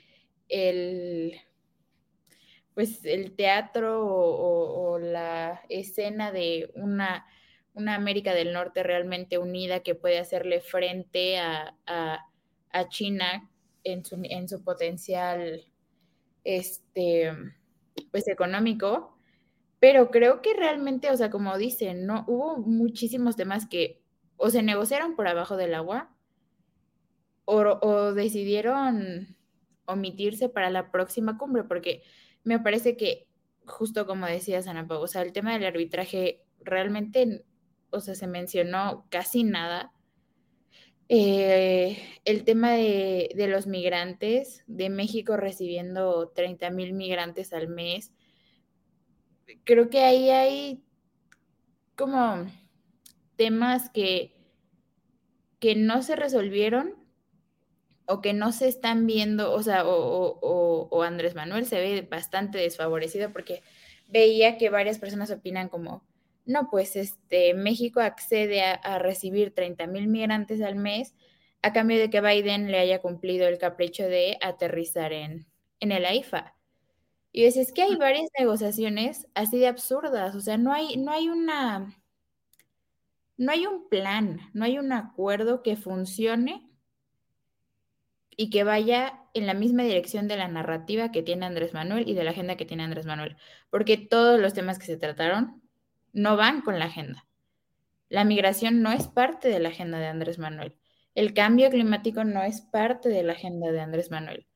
pues el teatro o la escena de una América del Norte realmente unida que puede hacerle frente a China en su potencial pues económico, pero creo que realmente, o sea, como dicen, no hubo muchísimos temas que o se negociaron por abajo del agua o decidieron omitirse para la próxima cumbre, porque me parece que, justo como decías, Ana Pau, o sea, el tema del arbitraje realmente, o sea, se mencionó casi nada. El tema de los migrantes, de México recibiendo 30,000 migrantes al mes, creo que ahí hay como temas que no se resolvieron o que no se están viendo, o sea, o Andrés Manuel se ve bastante desfavorecido porque veía que varias personas opinan como, no, pues México accede a recibir 30,000 migrantes al mes a cambio de que Biden le haya cumplido el capricho de aterrizar en el AIFA. Y es que hay varias negociaciones así de absurdas, o sea, no hay un plan, no hay un acuerdo que funcione y que vaya en la misma dirección de la narrativa que tiene Andrés Manuel y de la agenda que tiene Andrés Manuel, porque todos los temas que se trataron no van con la agenda. La migración no es parte de la agenda de Andrés Manuel. El cambio climático no es parte de la agenda de Andrés Manuel.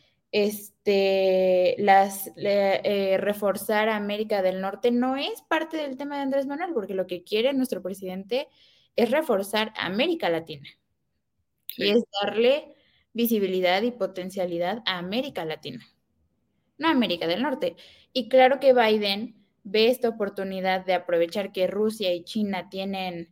Reforzar a América del Norte no es parte del tema de Andrés Manuel, porque lo que quiere nuestro presidente es reforzar a América Latina. Sí. Y es darle visibilidad y potencialidad a América Latina, no a América del Norte. Y claro que Biden ve esta oportunidad de aprovechar que Rusia y China tienen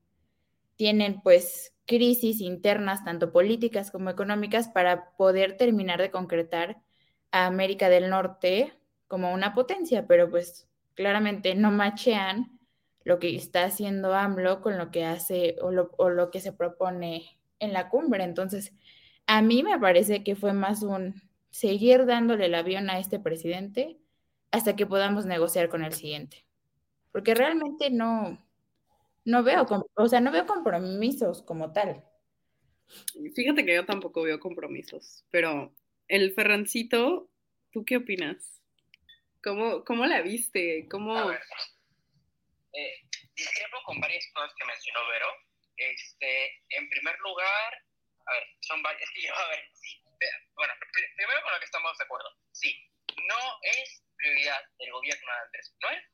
pues crisis internas, tanto políticas como económicas, para poder terminar de concretar a América del Norte como una potencia, pero pues claramente no machean lo que está haciendo AMLO con lo que hace o lo que se propone en la cumbre. Entonces, a mí me parece que fue más un seguir dándole el avión a este presidente hasta que podamos negociar con el siguiente. Porque realmente no veo compromisos como tal. Fíjate que yo tampoco veo compromisos, pero el Ferrancito, ¿tú qué opinas? ¿Cómo la viste? A ver, discrepo con varias cosas que mencionó Vero. En primer lugar, a ver, son varias. Sí, a ver, sí. Bueno, primero con lo que estamos de acuerdo. Sí, no es prioridad del gobierno de Andrés Manuel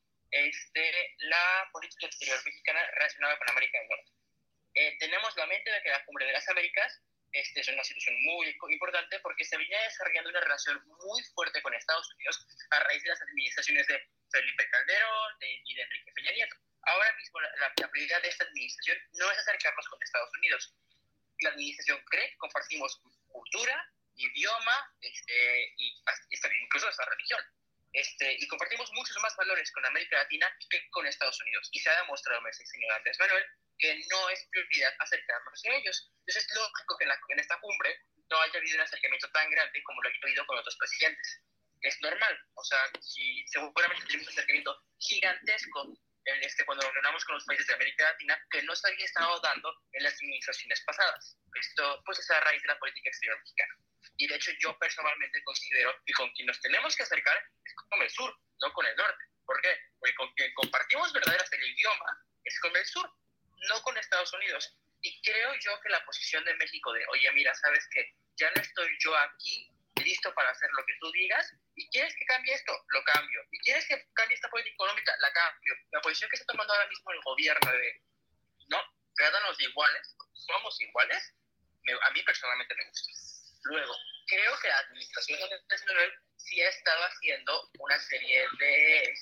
la política exterior mexicana relacionada con América del Norte. Tenemos la mente de que la Cumbre de las Américas es una situación muy importante porque se venía desarrollando una relación muy fuerte con Estados Unidos a raíz de las administraciones de Felipe Calderón y de Enrique Peña Nieto. Ahora mismo la prioridad de esta administración no es acercarnos con Estados Unidos. La administración cree que compartimos cultura, idioma y incluso esta religión. Y compartimos muchos más valores con América Latina que con Estados Unidos. Y se ha demostrado en el sexenio de Andrés Manuel que no es prioridad acercarnos a ellos. Entonces es lógico que en esta cumbre no haya habido un acercamiento tan grande como lo ha habido con otros presidentes. Es normal, o sea, si seguramente tenemos un acercamiento gigantesco cuando nos reunamos con los países de América Latina que no se había estado dando en las administraciones pasadas. Esto pues es a raíz de la política exterior mexicana. Y de hecho yo personalmente considero que con quien nos tenemos que acercar es con el sur, no con el norte. ¿Por qué? Porque con quien compartimos verdaderamente el idioma es con el sur, no con Estados Unidos. Y creo yo que la posición de México de, oye, mira, ¿sabes qué? Ya no estoy yo aquí listo para hacer lo que tú digas, y quieres que cambie esto, lo cambio, y quieres que cambie esta política económica, la cambio. La posición que está tomando ahora mismo el gobierno de, no, trátanos iguales, somos iguales, a mí personalmente me gusta. Luego, creo que la administración de Andrés Manuel sí ha estado haciendo una serie de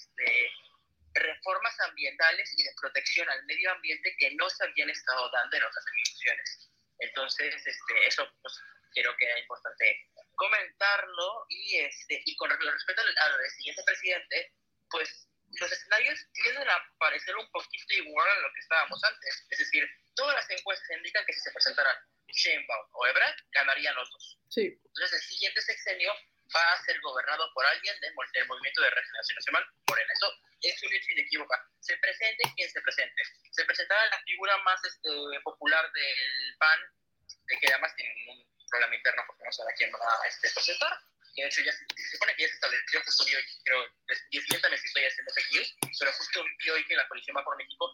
reformas ambientales y de protección al medio ambiente que no se habían estado dando en otras administraciones. Entonces, eso pues, creo que era importante comentarlo y con respecto al siguiente presidente, pues los escenarios tienden a parecer un poquito igual a lo que estábamos antes. Es decir, todas las encuestas indican que si se presentaran Sheinbaum o Ebrard, ganarían los dos. Sí. Entonces el siguiente sexenio va a ser gobernado por alguien del Movimiento de Regeneración Nacional, Morena. Eso es un hecho inequívoco. Se presente quien se presente. Se presentará la figura más popular del PAN, que además tiene un problema interno porque no sabe a quién va a presentar. Que de hecho ya se supone que ya se estableció, justo vi hoy, creo, dismiéntame si estoy haciendo fake, pero justo vi hoy que la Coalición Va por México,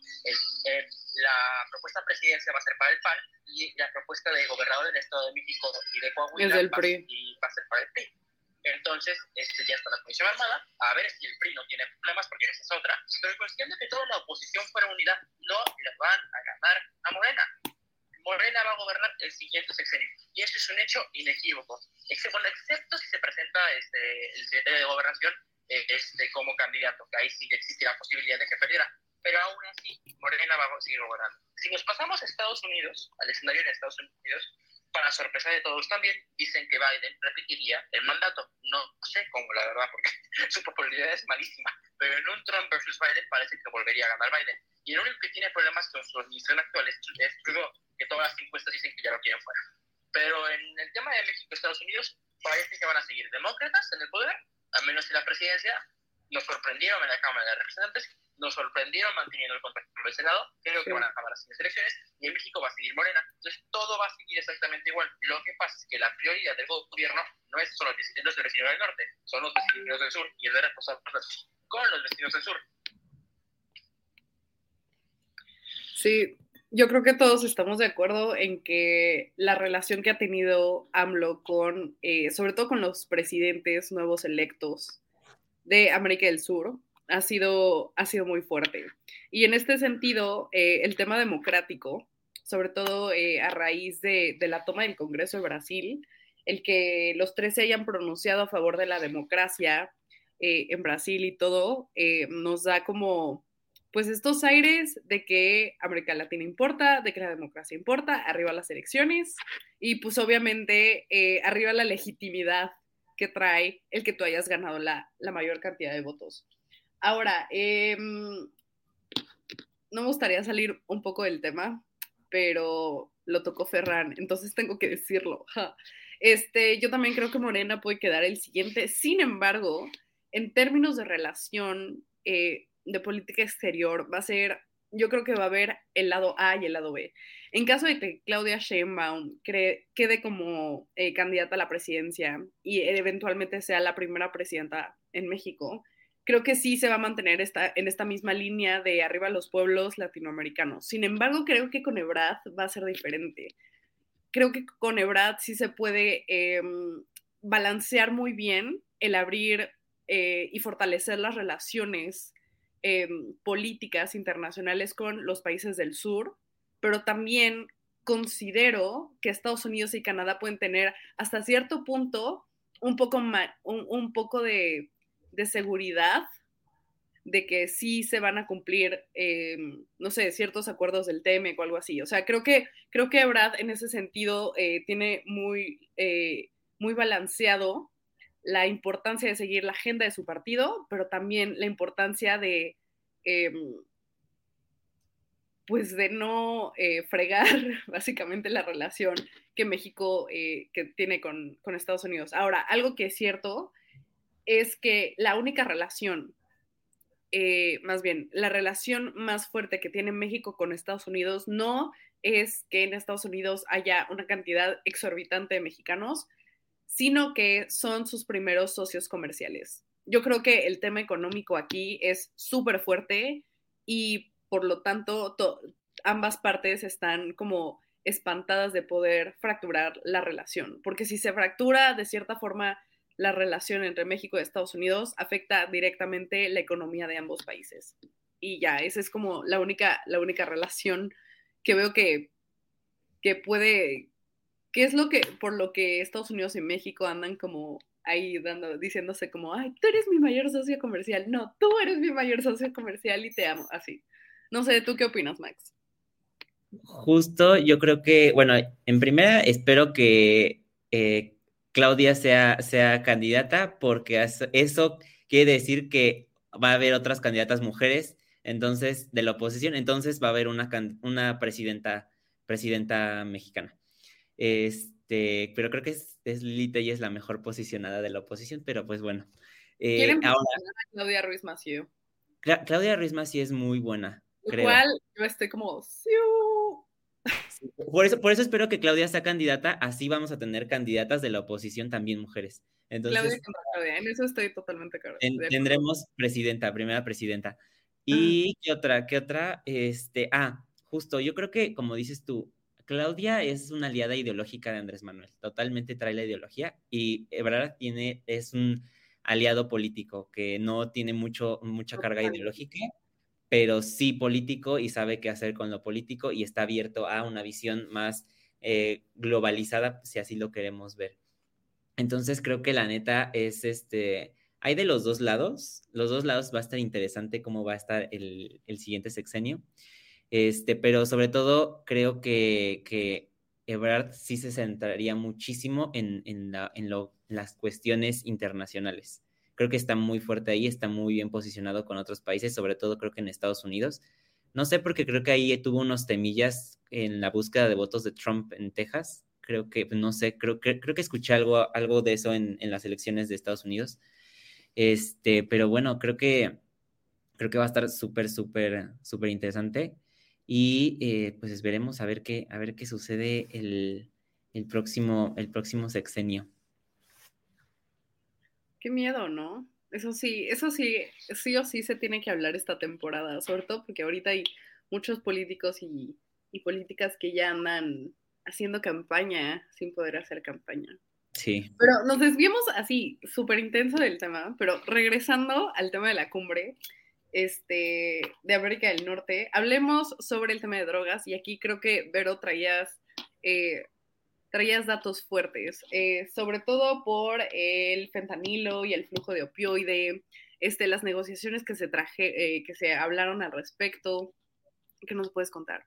la propuesta presidencia va a ser para el PAN y la propuesta de gobernador del Estado de México y de Coahuila va a ser para el PRI. Entonces, ya está la Comisión Armada, a ver si el PRI no tiene problemas, porque esa es otra, pero consiguiendo que toda la oposición fuera unida, no le van a ganar a Morena. Morena va a gobernar el siguiente sexenio, y eso es un hecho inequívoco, excepto si se presenta el secretario de Gobernación como candidato, que ahí sí existe la posibilidad de que perdiera, pero aún así Morena va a seguir gobernando. Si nos pasamos a Estados Unidos, al escenario en Estados Unidos, para sorpresa de todos también, dicen que Biden repetiría el mandato. No sé cómo, la verdad, porque su popularidad es malísima, pero en un Trump versus Biden parece que volvería a ganar Biden. Y el único que tiene problemas con su administración actual es Trudeau, que todas las encuestas dicen que ya lo quieren fuera. Pero en el tema de México y Estados Unidos, parece que van a seguir demócratas en el poder, al menos en la presidencia. Nos sorprendieron en la Cámara de Representantes, nos sorprendieron manteniendo el control del Senado, creo que van a acabar las elecciones, y en México va a seguir Morena. Entonces todo va a seguir exactamente igual. Lo que pasa es que la prioridad del gobierno no es solo los vecinos del norte, son los vecinos del sur, y es de responsabilidad con los vecinos del sur. Sí, yo creo que todos estamos de acuerdo en que la relación que ha tenido AMLO con, sobre todo con los presidentes nuevos electos de América del Sur, ha sido muy fuerte. Y en este sentido, el tema democrático, sobre todo a raíz de la toma del Congreso de Brasil, el que los tres se hayan pronunciado a favor de la democracia en Brasil y todo, nos da como, pues estos aires de que América Latina importa, de que la democracia importa, arriba las elecciones y pues obviamente arriba la legitimidad que trae el que tú hayas ganado la mayor cantidad de votos. Ahora, no me gustaría salir un poco del tema, pero lo tocó Ferran, entonces tengo que decirlo. Yo también creo que Morena puede quedar el siguiente. Sin embargo, en términos de relación de política exterior, yo creo que va a haber el lado A y el lado B. En caso de que Claudia Sheinbaum quede como candidata a la presidencia y eventualmente sea la primera presidenta en México, creo que sí se va a mantener en esta misma línea de arriba los pueblos latinoamericanos. Sin embargo, creo que con Ebrard va a ser diferente. Creo que con Ebrard sí se puede balancear muy bien el abrir y fortalecer las relaciones políticas internacionales con los países del sur, pero también considero que Estados Unidos y Canadá pueden tener hasta cierto punto un poco de seguridad de que sí se van a cumplir, no sé, ciertos acuerdos del TEMEC o algo así. O sea, creo que Ebrard en ese sentido tiene muy balanceado la importancia de seguir la agenda de su partido, pero también la importancia de, pues de no fregar básicamente la relación que México que tiene con Estados Unidos. Ahora, algo que es cierto es que la única relación, más bien, la relación más fuerte que tiene México con Estados Unidos no es que en Estados Unidos haya una cantidad exorbitante de mexicanos, sino que son sus primeros socios comerciales. Yo creo que el tema económico aquí es súper fuerte y por lo tanto ambas partes están como espantadas de poder fracturar la relación, porque si se fractura de cierta forma la relación entre México y Estados Unidos, afecta directamente la economía de ambos países. Y ya, esa es como la única relación que veo que puede, que es por lo que Estados Unidos y México andan como ahí diciéndose como, ay, tú eres mi mayor socio comercial. No, tú eres mi mayor socio comercial y te amo, así. No sé, ¿tú qué opinas, Max? Justo, yo creo que, bueno, en primera espero que Claudia sea candidata, porque eso quiere decir que va a haber otras candidatas mujeres, entonces, de la oposición, entonces va a haber una presidenta mexicana. Pero creo que es Lili Telles la mejor posicionada de la oposición, pero pues bueno. Quieren Ahora, a Claudia Ruiz Massieu. Claudia Ruiz Massieu es muy buena, creo. Igual yo estoy como... Sí, por eso espero que Claudia sea candidata, así vamos a tener candidatas de la oposición también mujeres. Entonces, Claudia contra Claudia, en eso estoy totalmente de acuerdo. Tendremos primera presidenta. ¿Y qué otra? Justo, yo creo que, como dices tú, Claudia es una aliada ideológica de Andrés Manuel, totalmente trae la ideología, y Ebrard es un aliado político que no tiene mucha carga ideológica, pero sí político y sabe qué hacer con lo político y está abierto a una visión más globalizada, si así lo queremos ver. Entonces creo que la neta es hay de los dos lados va a estar interesante cómo va a estar el siguiente sexenio, pero sobre todo creo que Ebrard sí se centraría muchísimo en las cuestiones internacionales. Creo que está muy fuerte ahí, está muy bien posicionado con otros países, sobre todo creo que en Estados Unidos. No sé, porque creo que ahí tuvo unos temillas en la búsqueda de votos de Trump en Texas. Creo que, no sé, creo que escuché algo de eso en las elecciones de Estados Unidos. Pero bueno, creo que va a estar súper, súper, súper interesante. Y pues veremos a ver qué sucede el próximo sexenio. Qué miedo, ¿no? Eso sí o sí se tiene que hablar esta temporada, sobre todo porque ahorita hay muchos políticos y políticas que ya andan haciendo campaña sin poder hacer campaña. Sí. Pero nos desviamos así, súper intenso del tema, pero regresando al tema de la cumbre de América del Norte, hablemos sobre el tema de drogas, y aquí creo que, Vero, traías traías datos fuertes, sobre todo por el fentanilo y el flujo de opioide, las negociaciones que se hablaron al respecto. ¿Qué nos puedes contar?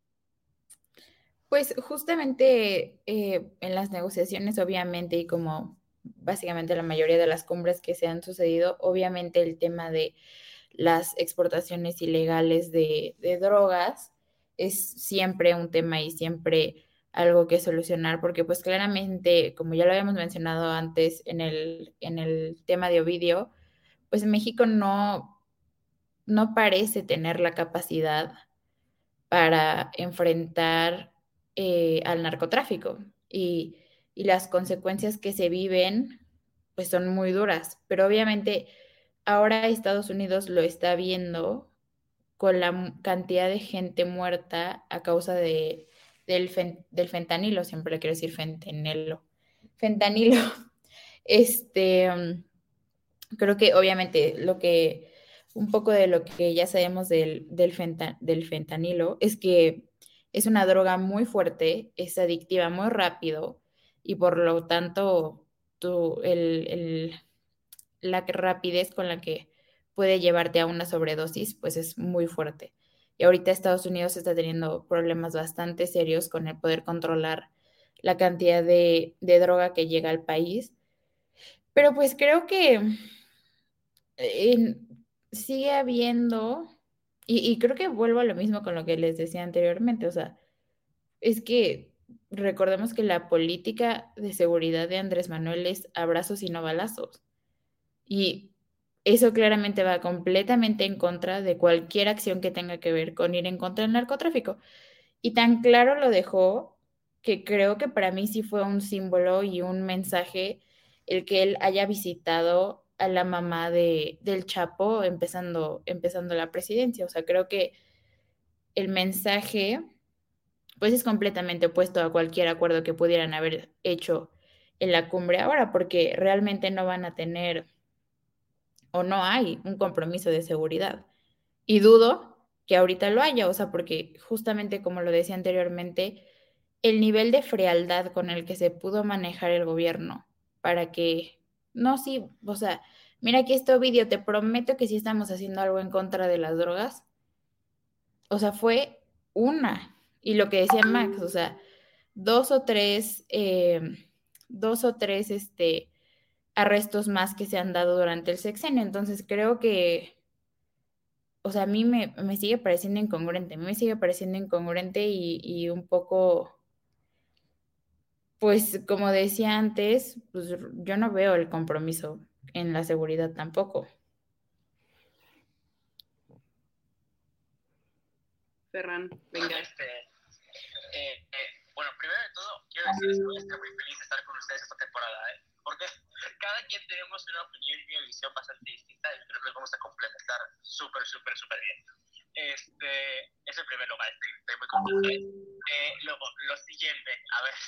Pues justamente en las negociaciones, obviamente, y como básicamente la mayoría de las cumbres que se han sucedido, obviamente el tema de las exportaciones ilegales de drogas es siempre un tema y siempre algo que solucionar, porque pues claramente, como ya lo habíamos mencionado antes en el tema de Ovidio, pues México no parece tener la capacidad para enfrentar al narcotráfico y las consecuencias que se viven pues son muy duras, pero obviamente ahora Estados Unidos lo está viendo con la cantidad de gente muerta a causa del fentanilo, siempre le quiero decir fentanilo. Creo que obviamente un poco de lo que ya sabemos del fentanilo es que es una droga muy fuerte, es adictiva muy rápido y por lo tanto la rapidez con la que puede llevarte a una sobredosis pues es muy fuerte. Y ahorita Estados Unidos está teniendo problemas bastante serios con el poder controlar la cantidad de droga que llega al país. Pero pues creo que sigue habiendo, y creo que vuelvo a lo mismo con lo que les decía anteriormente, o sea, es que recordemos que la política de seguridad de Andrés Manuel es abrazos y no balazos. Y eso claramente va completamente en contra de cualquier acción que tenga que ver con ir en contra del narcotráfico. Y tan claro lo dejó que creo que para mí sí fue un símbolo y un mensaje el que él haya visitado a la mamá del Chapo empezando la presidencia. O sea, creo que el mensaje pues es completamente opuesto a cualquier acuerdo que pudieran haber hecho en la cumbre ahora, porque realmente no van a tener o no hay un compromiso de seguridad. Y dudo que ahorita lo haya, o sea, porque justamente como lo decía anteriormente, el nivel de frialdad con el que se pudo manejar el gobierno para que, no, sí, o sea, mira aquí este vídeo, te prometo que sí estamos haciendo algo en contra de las drogas. O sea, fue una. Y lo que decía Max, o sea, dos o tres, dos o tres, arrestos más que se han dado durante el sexenio. Entonces creo que, o sea, a mí me sigue pareciendo incongruente, a mí me sigue pareciendo incongruente y un poco, pues como decía antes, pues yo no veo el compromiso en la seguridad tampoco. Ferran, venga. Bueno, primero de todo, quiero decirles que voy a estar muy feliz de estar con ustedes esta temporada, porque cada quien tenemos una opinión y una visión bastante distinta y creo que los vamos a complementar súper, súper, súper bien. Es el primer lugar, estoy muy contento. Luego, lo siguiente, a ver.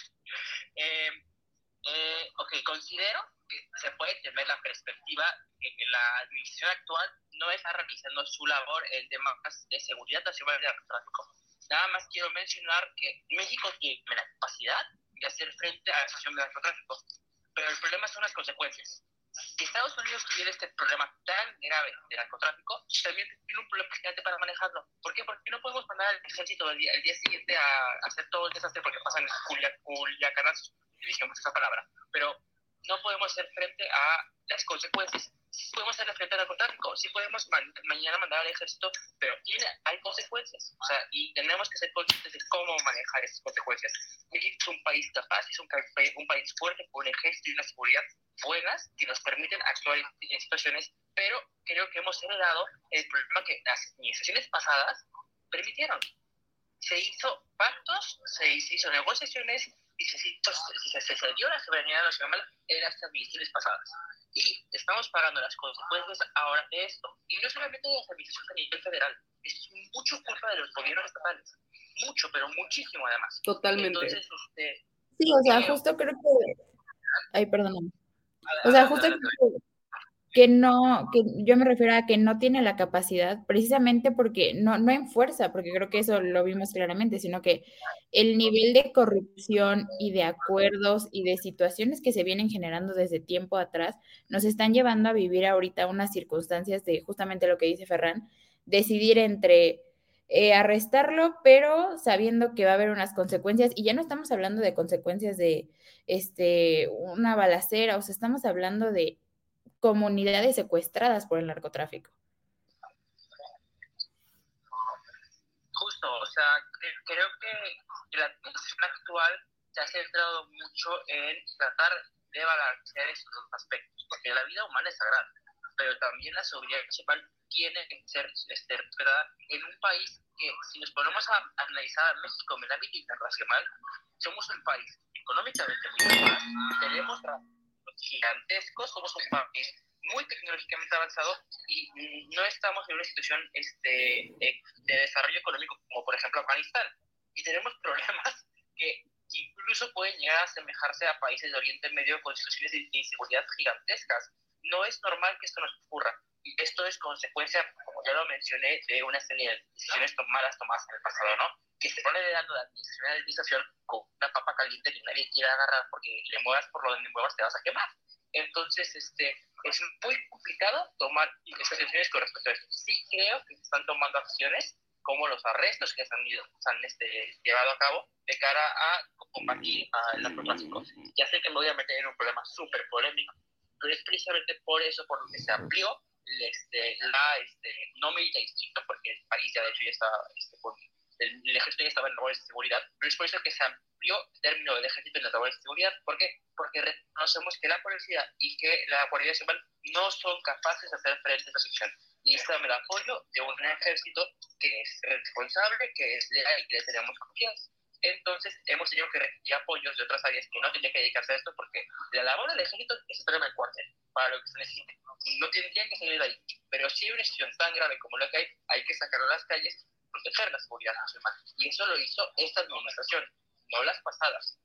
Ok, considero que se puede tener la perspectiva que la administración actual no está realizando su labor en temas de seguridad nacional y narcotráfico. Nada más quiero mencionar que México tiene la capacidad de hacer frente a la situación de narcotráfico, pero el problema son las consecuencias. Si Estados Unidos tuviera este problema tan grave de narcotráfico, también tiene un problema gigante para manejarlo. ¿Por qué? Porque no podemos mandar al ejército el día siguiente a hacer todo el desastre porque pasan culiacanazos, dijimos esa palabra, pero no podemos hacer frente a las consecuencias. Sí podemos hacer frente al narcotráfico, sí podemos mañana mandar al ejército, pero hay consecuencias, o sea, y tenemos que ser conscientes de cómo manejar esas consecuencias. México es un país capaz, es un país fuerte, con un ejército y una seguridad buenas que nos permiten actuar en situaciones, pero creo que hemos heredado el problema que las administraciones pasadas permitieron. Se hizo pactos, se hizo negociaciones y se dio la soberanía nacional en las administraciones pasadas. Y estamos pagando las consecuencias ahora de esto. Y no solamente de las administraciones a nivel federal, es mucho culpa de los gobiernos estatales. Mucho, pero muchísimo además. Totalmente. Entonces, sí, o sea, justo creo que... Ay, perdóname. O sea, justo que yo me refiero a que no tiene la capacidad, precisamente porque no en fuerza, porque creo que eso lo vimos claramente, sino que el nivel de corrupción y de acuerdos y de situaciones que se vienen generando desde tiempo atrás nos están llevando a vivir ahorita unas circunstancias de justamente lo que dice Ferran, decidir entre arrestarlo, pero sabiendo que va a haber unas consecuencias, y ya no estamos hablando de consecuencias de una balacera, o sea, estamos hablando de comunidades secuestradas por el narcotráfico. Justo, o sea, creo que la administración actual se ha centrado mucho en tratar de balancear esos dos aspectos, porque la vida humana es sagrada, pero también la seguridad nacional tiene que ser respetada en un país que, si nos ponemos a analizar a México en el ámbito internacional, somos un país económicamente muy fuerte, tenemos gigantescos, somos un país muy tecnológicamente avanzado y no estamos en una situación de desarrollo económico como por ejemplo Afganistán, y tenemos problemas que incluso pueden llegar a asemejarse a países de Oriente Medio con situaciones de inseguridad gigantescas. No es normal que esto nos ocurra, y esto es consecuencia, como ya lo mencioné, de una serie de decisiones tomadas en el pasado, ¿no? Que se pone de lado la administración con una papa caliente que nadie quiere agarrar, porque le muevas por donde muevas te vas a quemar. Entonces, es muy complicado tomar estas decisiones con respecto a esto. Sí creo que se están tomando acciones, como los arrestos que se han llevado a cabo de cara a combatir el narcotráfico. Ya sé que me voy a meter en un problema súper polémico, pero es precisamente por eso por lo que se amplió no militarización, porque el país ya de hecho ya está, el ejército ya estaba en labores de seguridad, pero es por eso que se amplió el término del ejército en las labores de seguridad. ¿Por qué? Porque reconocemos que la policía y que la Guardia Civil no son capaces de hacer frente a esta situación. Y necesitan el apoyo de un ejército que es responsable, que es leal y que le tenemos confianza. Entonces, hemos tenido que recibir apoyos de otras áreas que no tendrían que dedicarse a esto, porque la labor del ejército es estar en el cuartel, para lo que se necesite. No tendrían que salir de ahí. Pero si hay una situación tan grave como la que hay que sacarlo a las calles, proteger la seguridad nacional. Y eso lo hizo esta administración, no las pasadas.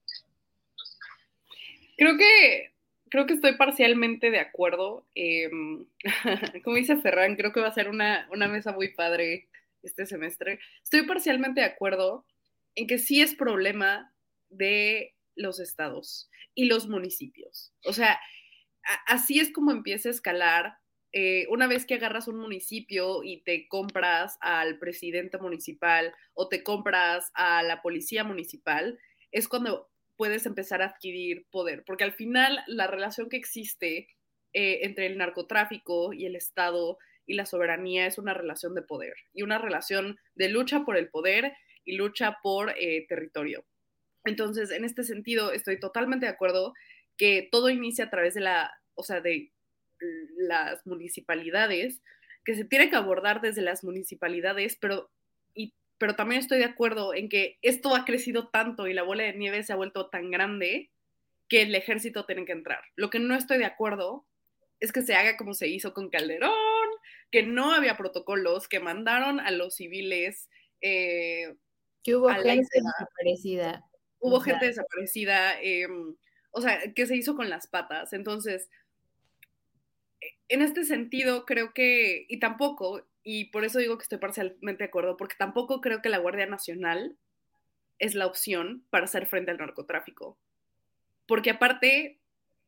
Creo que estoy parcialmente de acuerdo. Como dice Ferran, creo que va a ser una mesa muy padre este semestre. Estoy parcialmente de acuerdo en que sí es problema de los estados y los municipios. O sea, así es como empieza a escalar. Una vez que agarras un municipio y te compras al presidente municipal o te compras a la policía municipal, es cuando puedes empezar a adquirir poder, porque al final la relación que existe entre el narcotráfico y el Estado y la soberanía es una relación de poder y una relación de lucha por el poder y lucha por territorio. Entonces, en este sentido, estoy totalmente de acuerdo que todo inicia a través de de las municipalidades, que se tiene que abordar desde las municipalidades, pero también estoy de acuerdo en que esto ha crecido tanto y la bola de nieve se ha vuelto tan grande que el ejército tiene que entrar. Lo que no estoy de acuerdo es que se haga como se hizo con Calderón, que no había protocolos, que mandaron a los civiles. Que hubo gente desaparecida. Hubo gente desaparecida, o sea, que se hizo con las patas. Entonces, en este sentido, creo que, y por eso digo que estoy parcialmente de acuerdo, porque tampoco creo que la Guardia Nacional es la opción para hacer frente al narcotráfico. Porque aparte,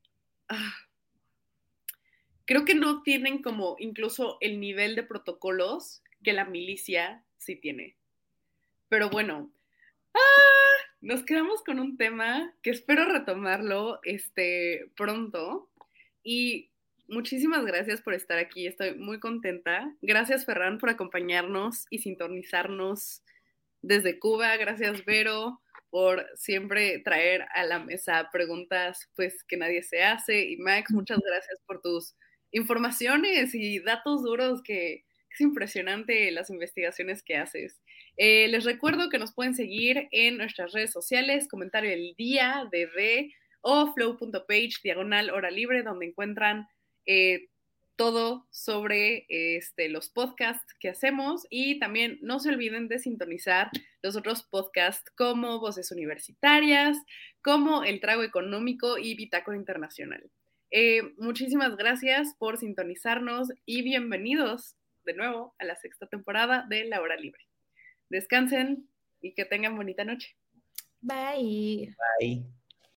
creo que no tienen como incluso el nivel de protocolos que la milicia sí tiene. Pero bueno, nos quedamos con un tema que espero retomarlo pronto. Y muchísimas gracias por estar aquí, estoy muy contenta. Gracias, Ferran, por acompañarnos y sintonizarnos desde Cuba. Gracias, Vero, por siempre traer a la mesa preguntas pues que nadie se hace. Y Max, muchas gracias por tus informaciones y datos duros, que es impresionante las investigaciones que haces. Les recuerdo que nos pueden seguir en nuestras redes sociales, Comentario del Día, DD, o flow.page/hora libre, donde encuentran todo sobre los podcasts que hacemos. Y también no se olviden de sintonizar los otros podcasts como Voces Universitarias, como El Trago Económico y Bitácora Internacional. Muchísimas gracias por sintonizarnos y bienvenidos de nuevo a la 6ª temporada de La Hora Libre. Descansen y que tengan bonita noche. Bye. Bye.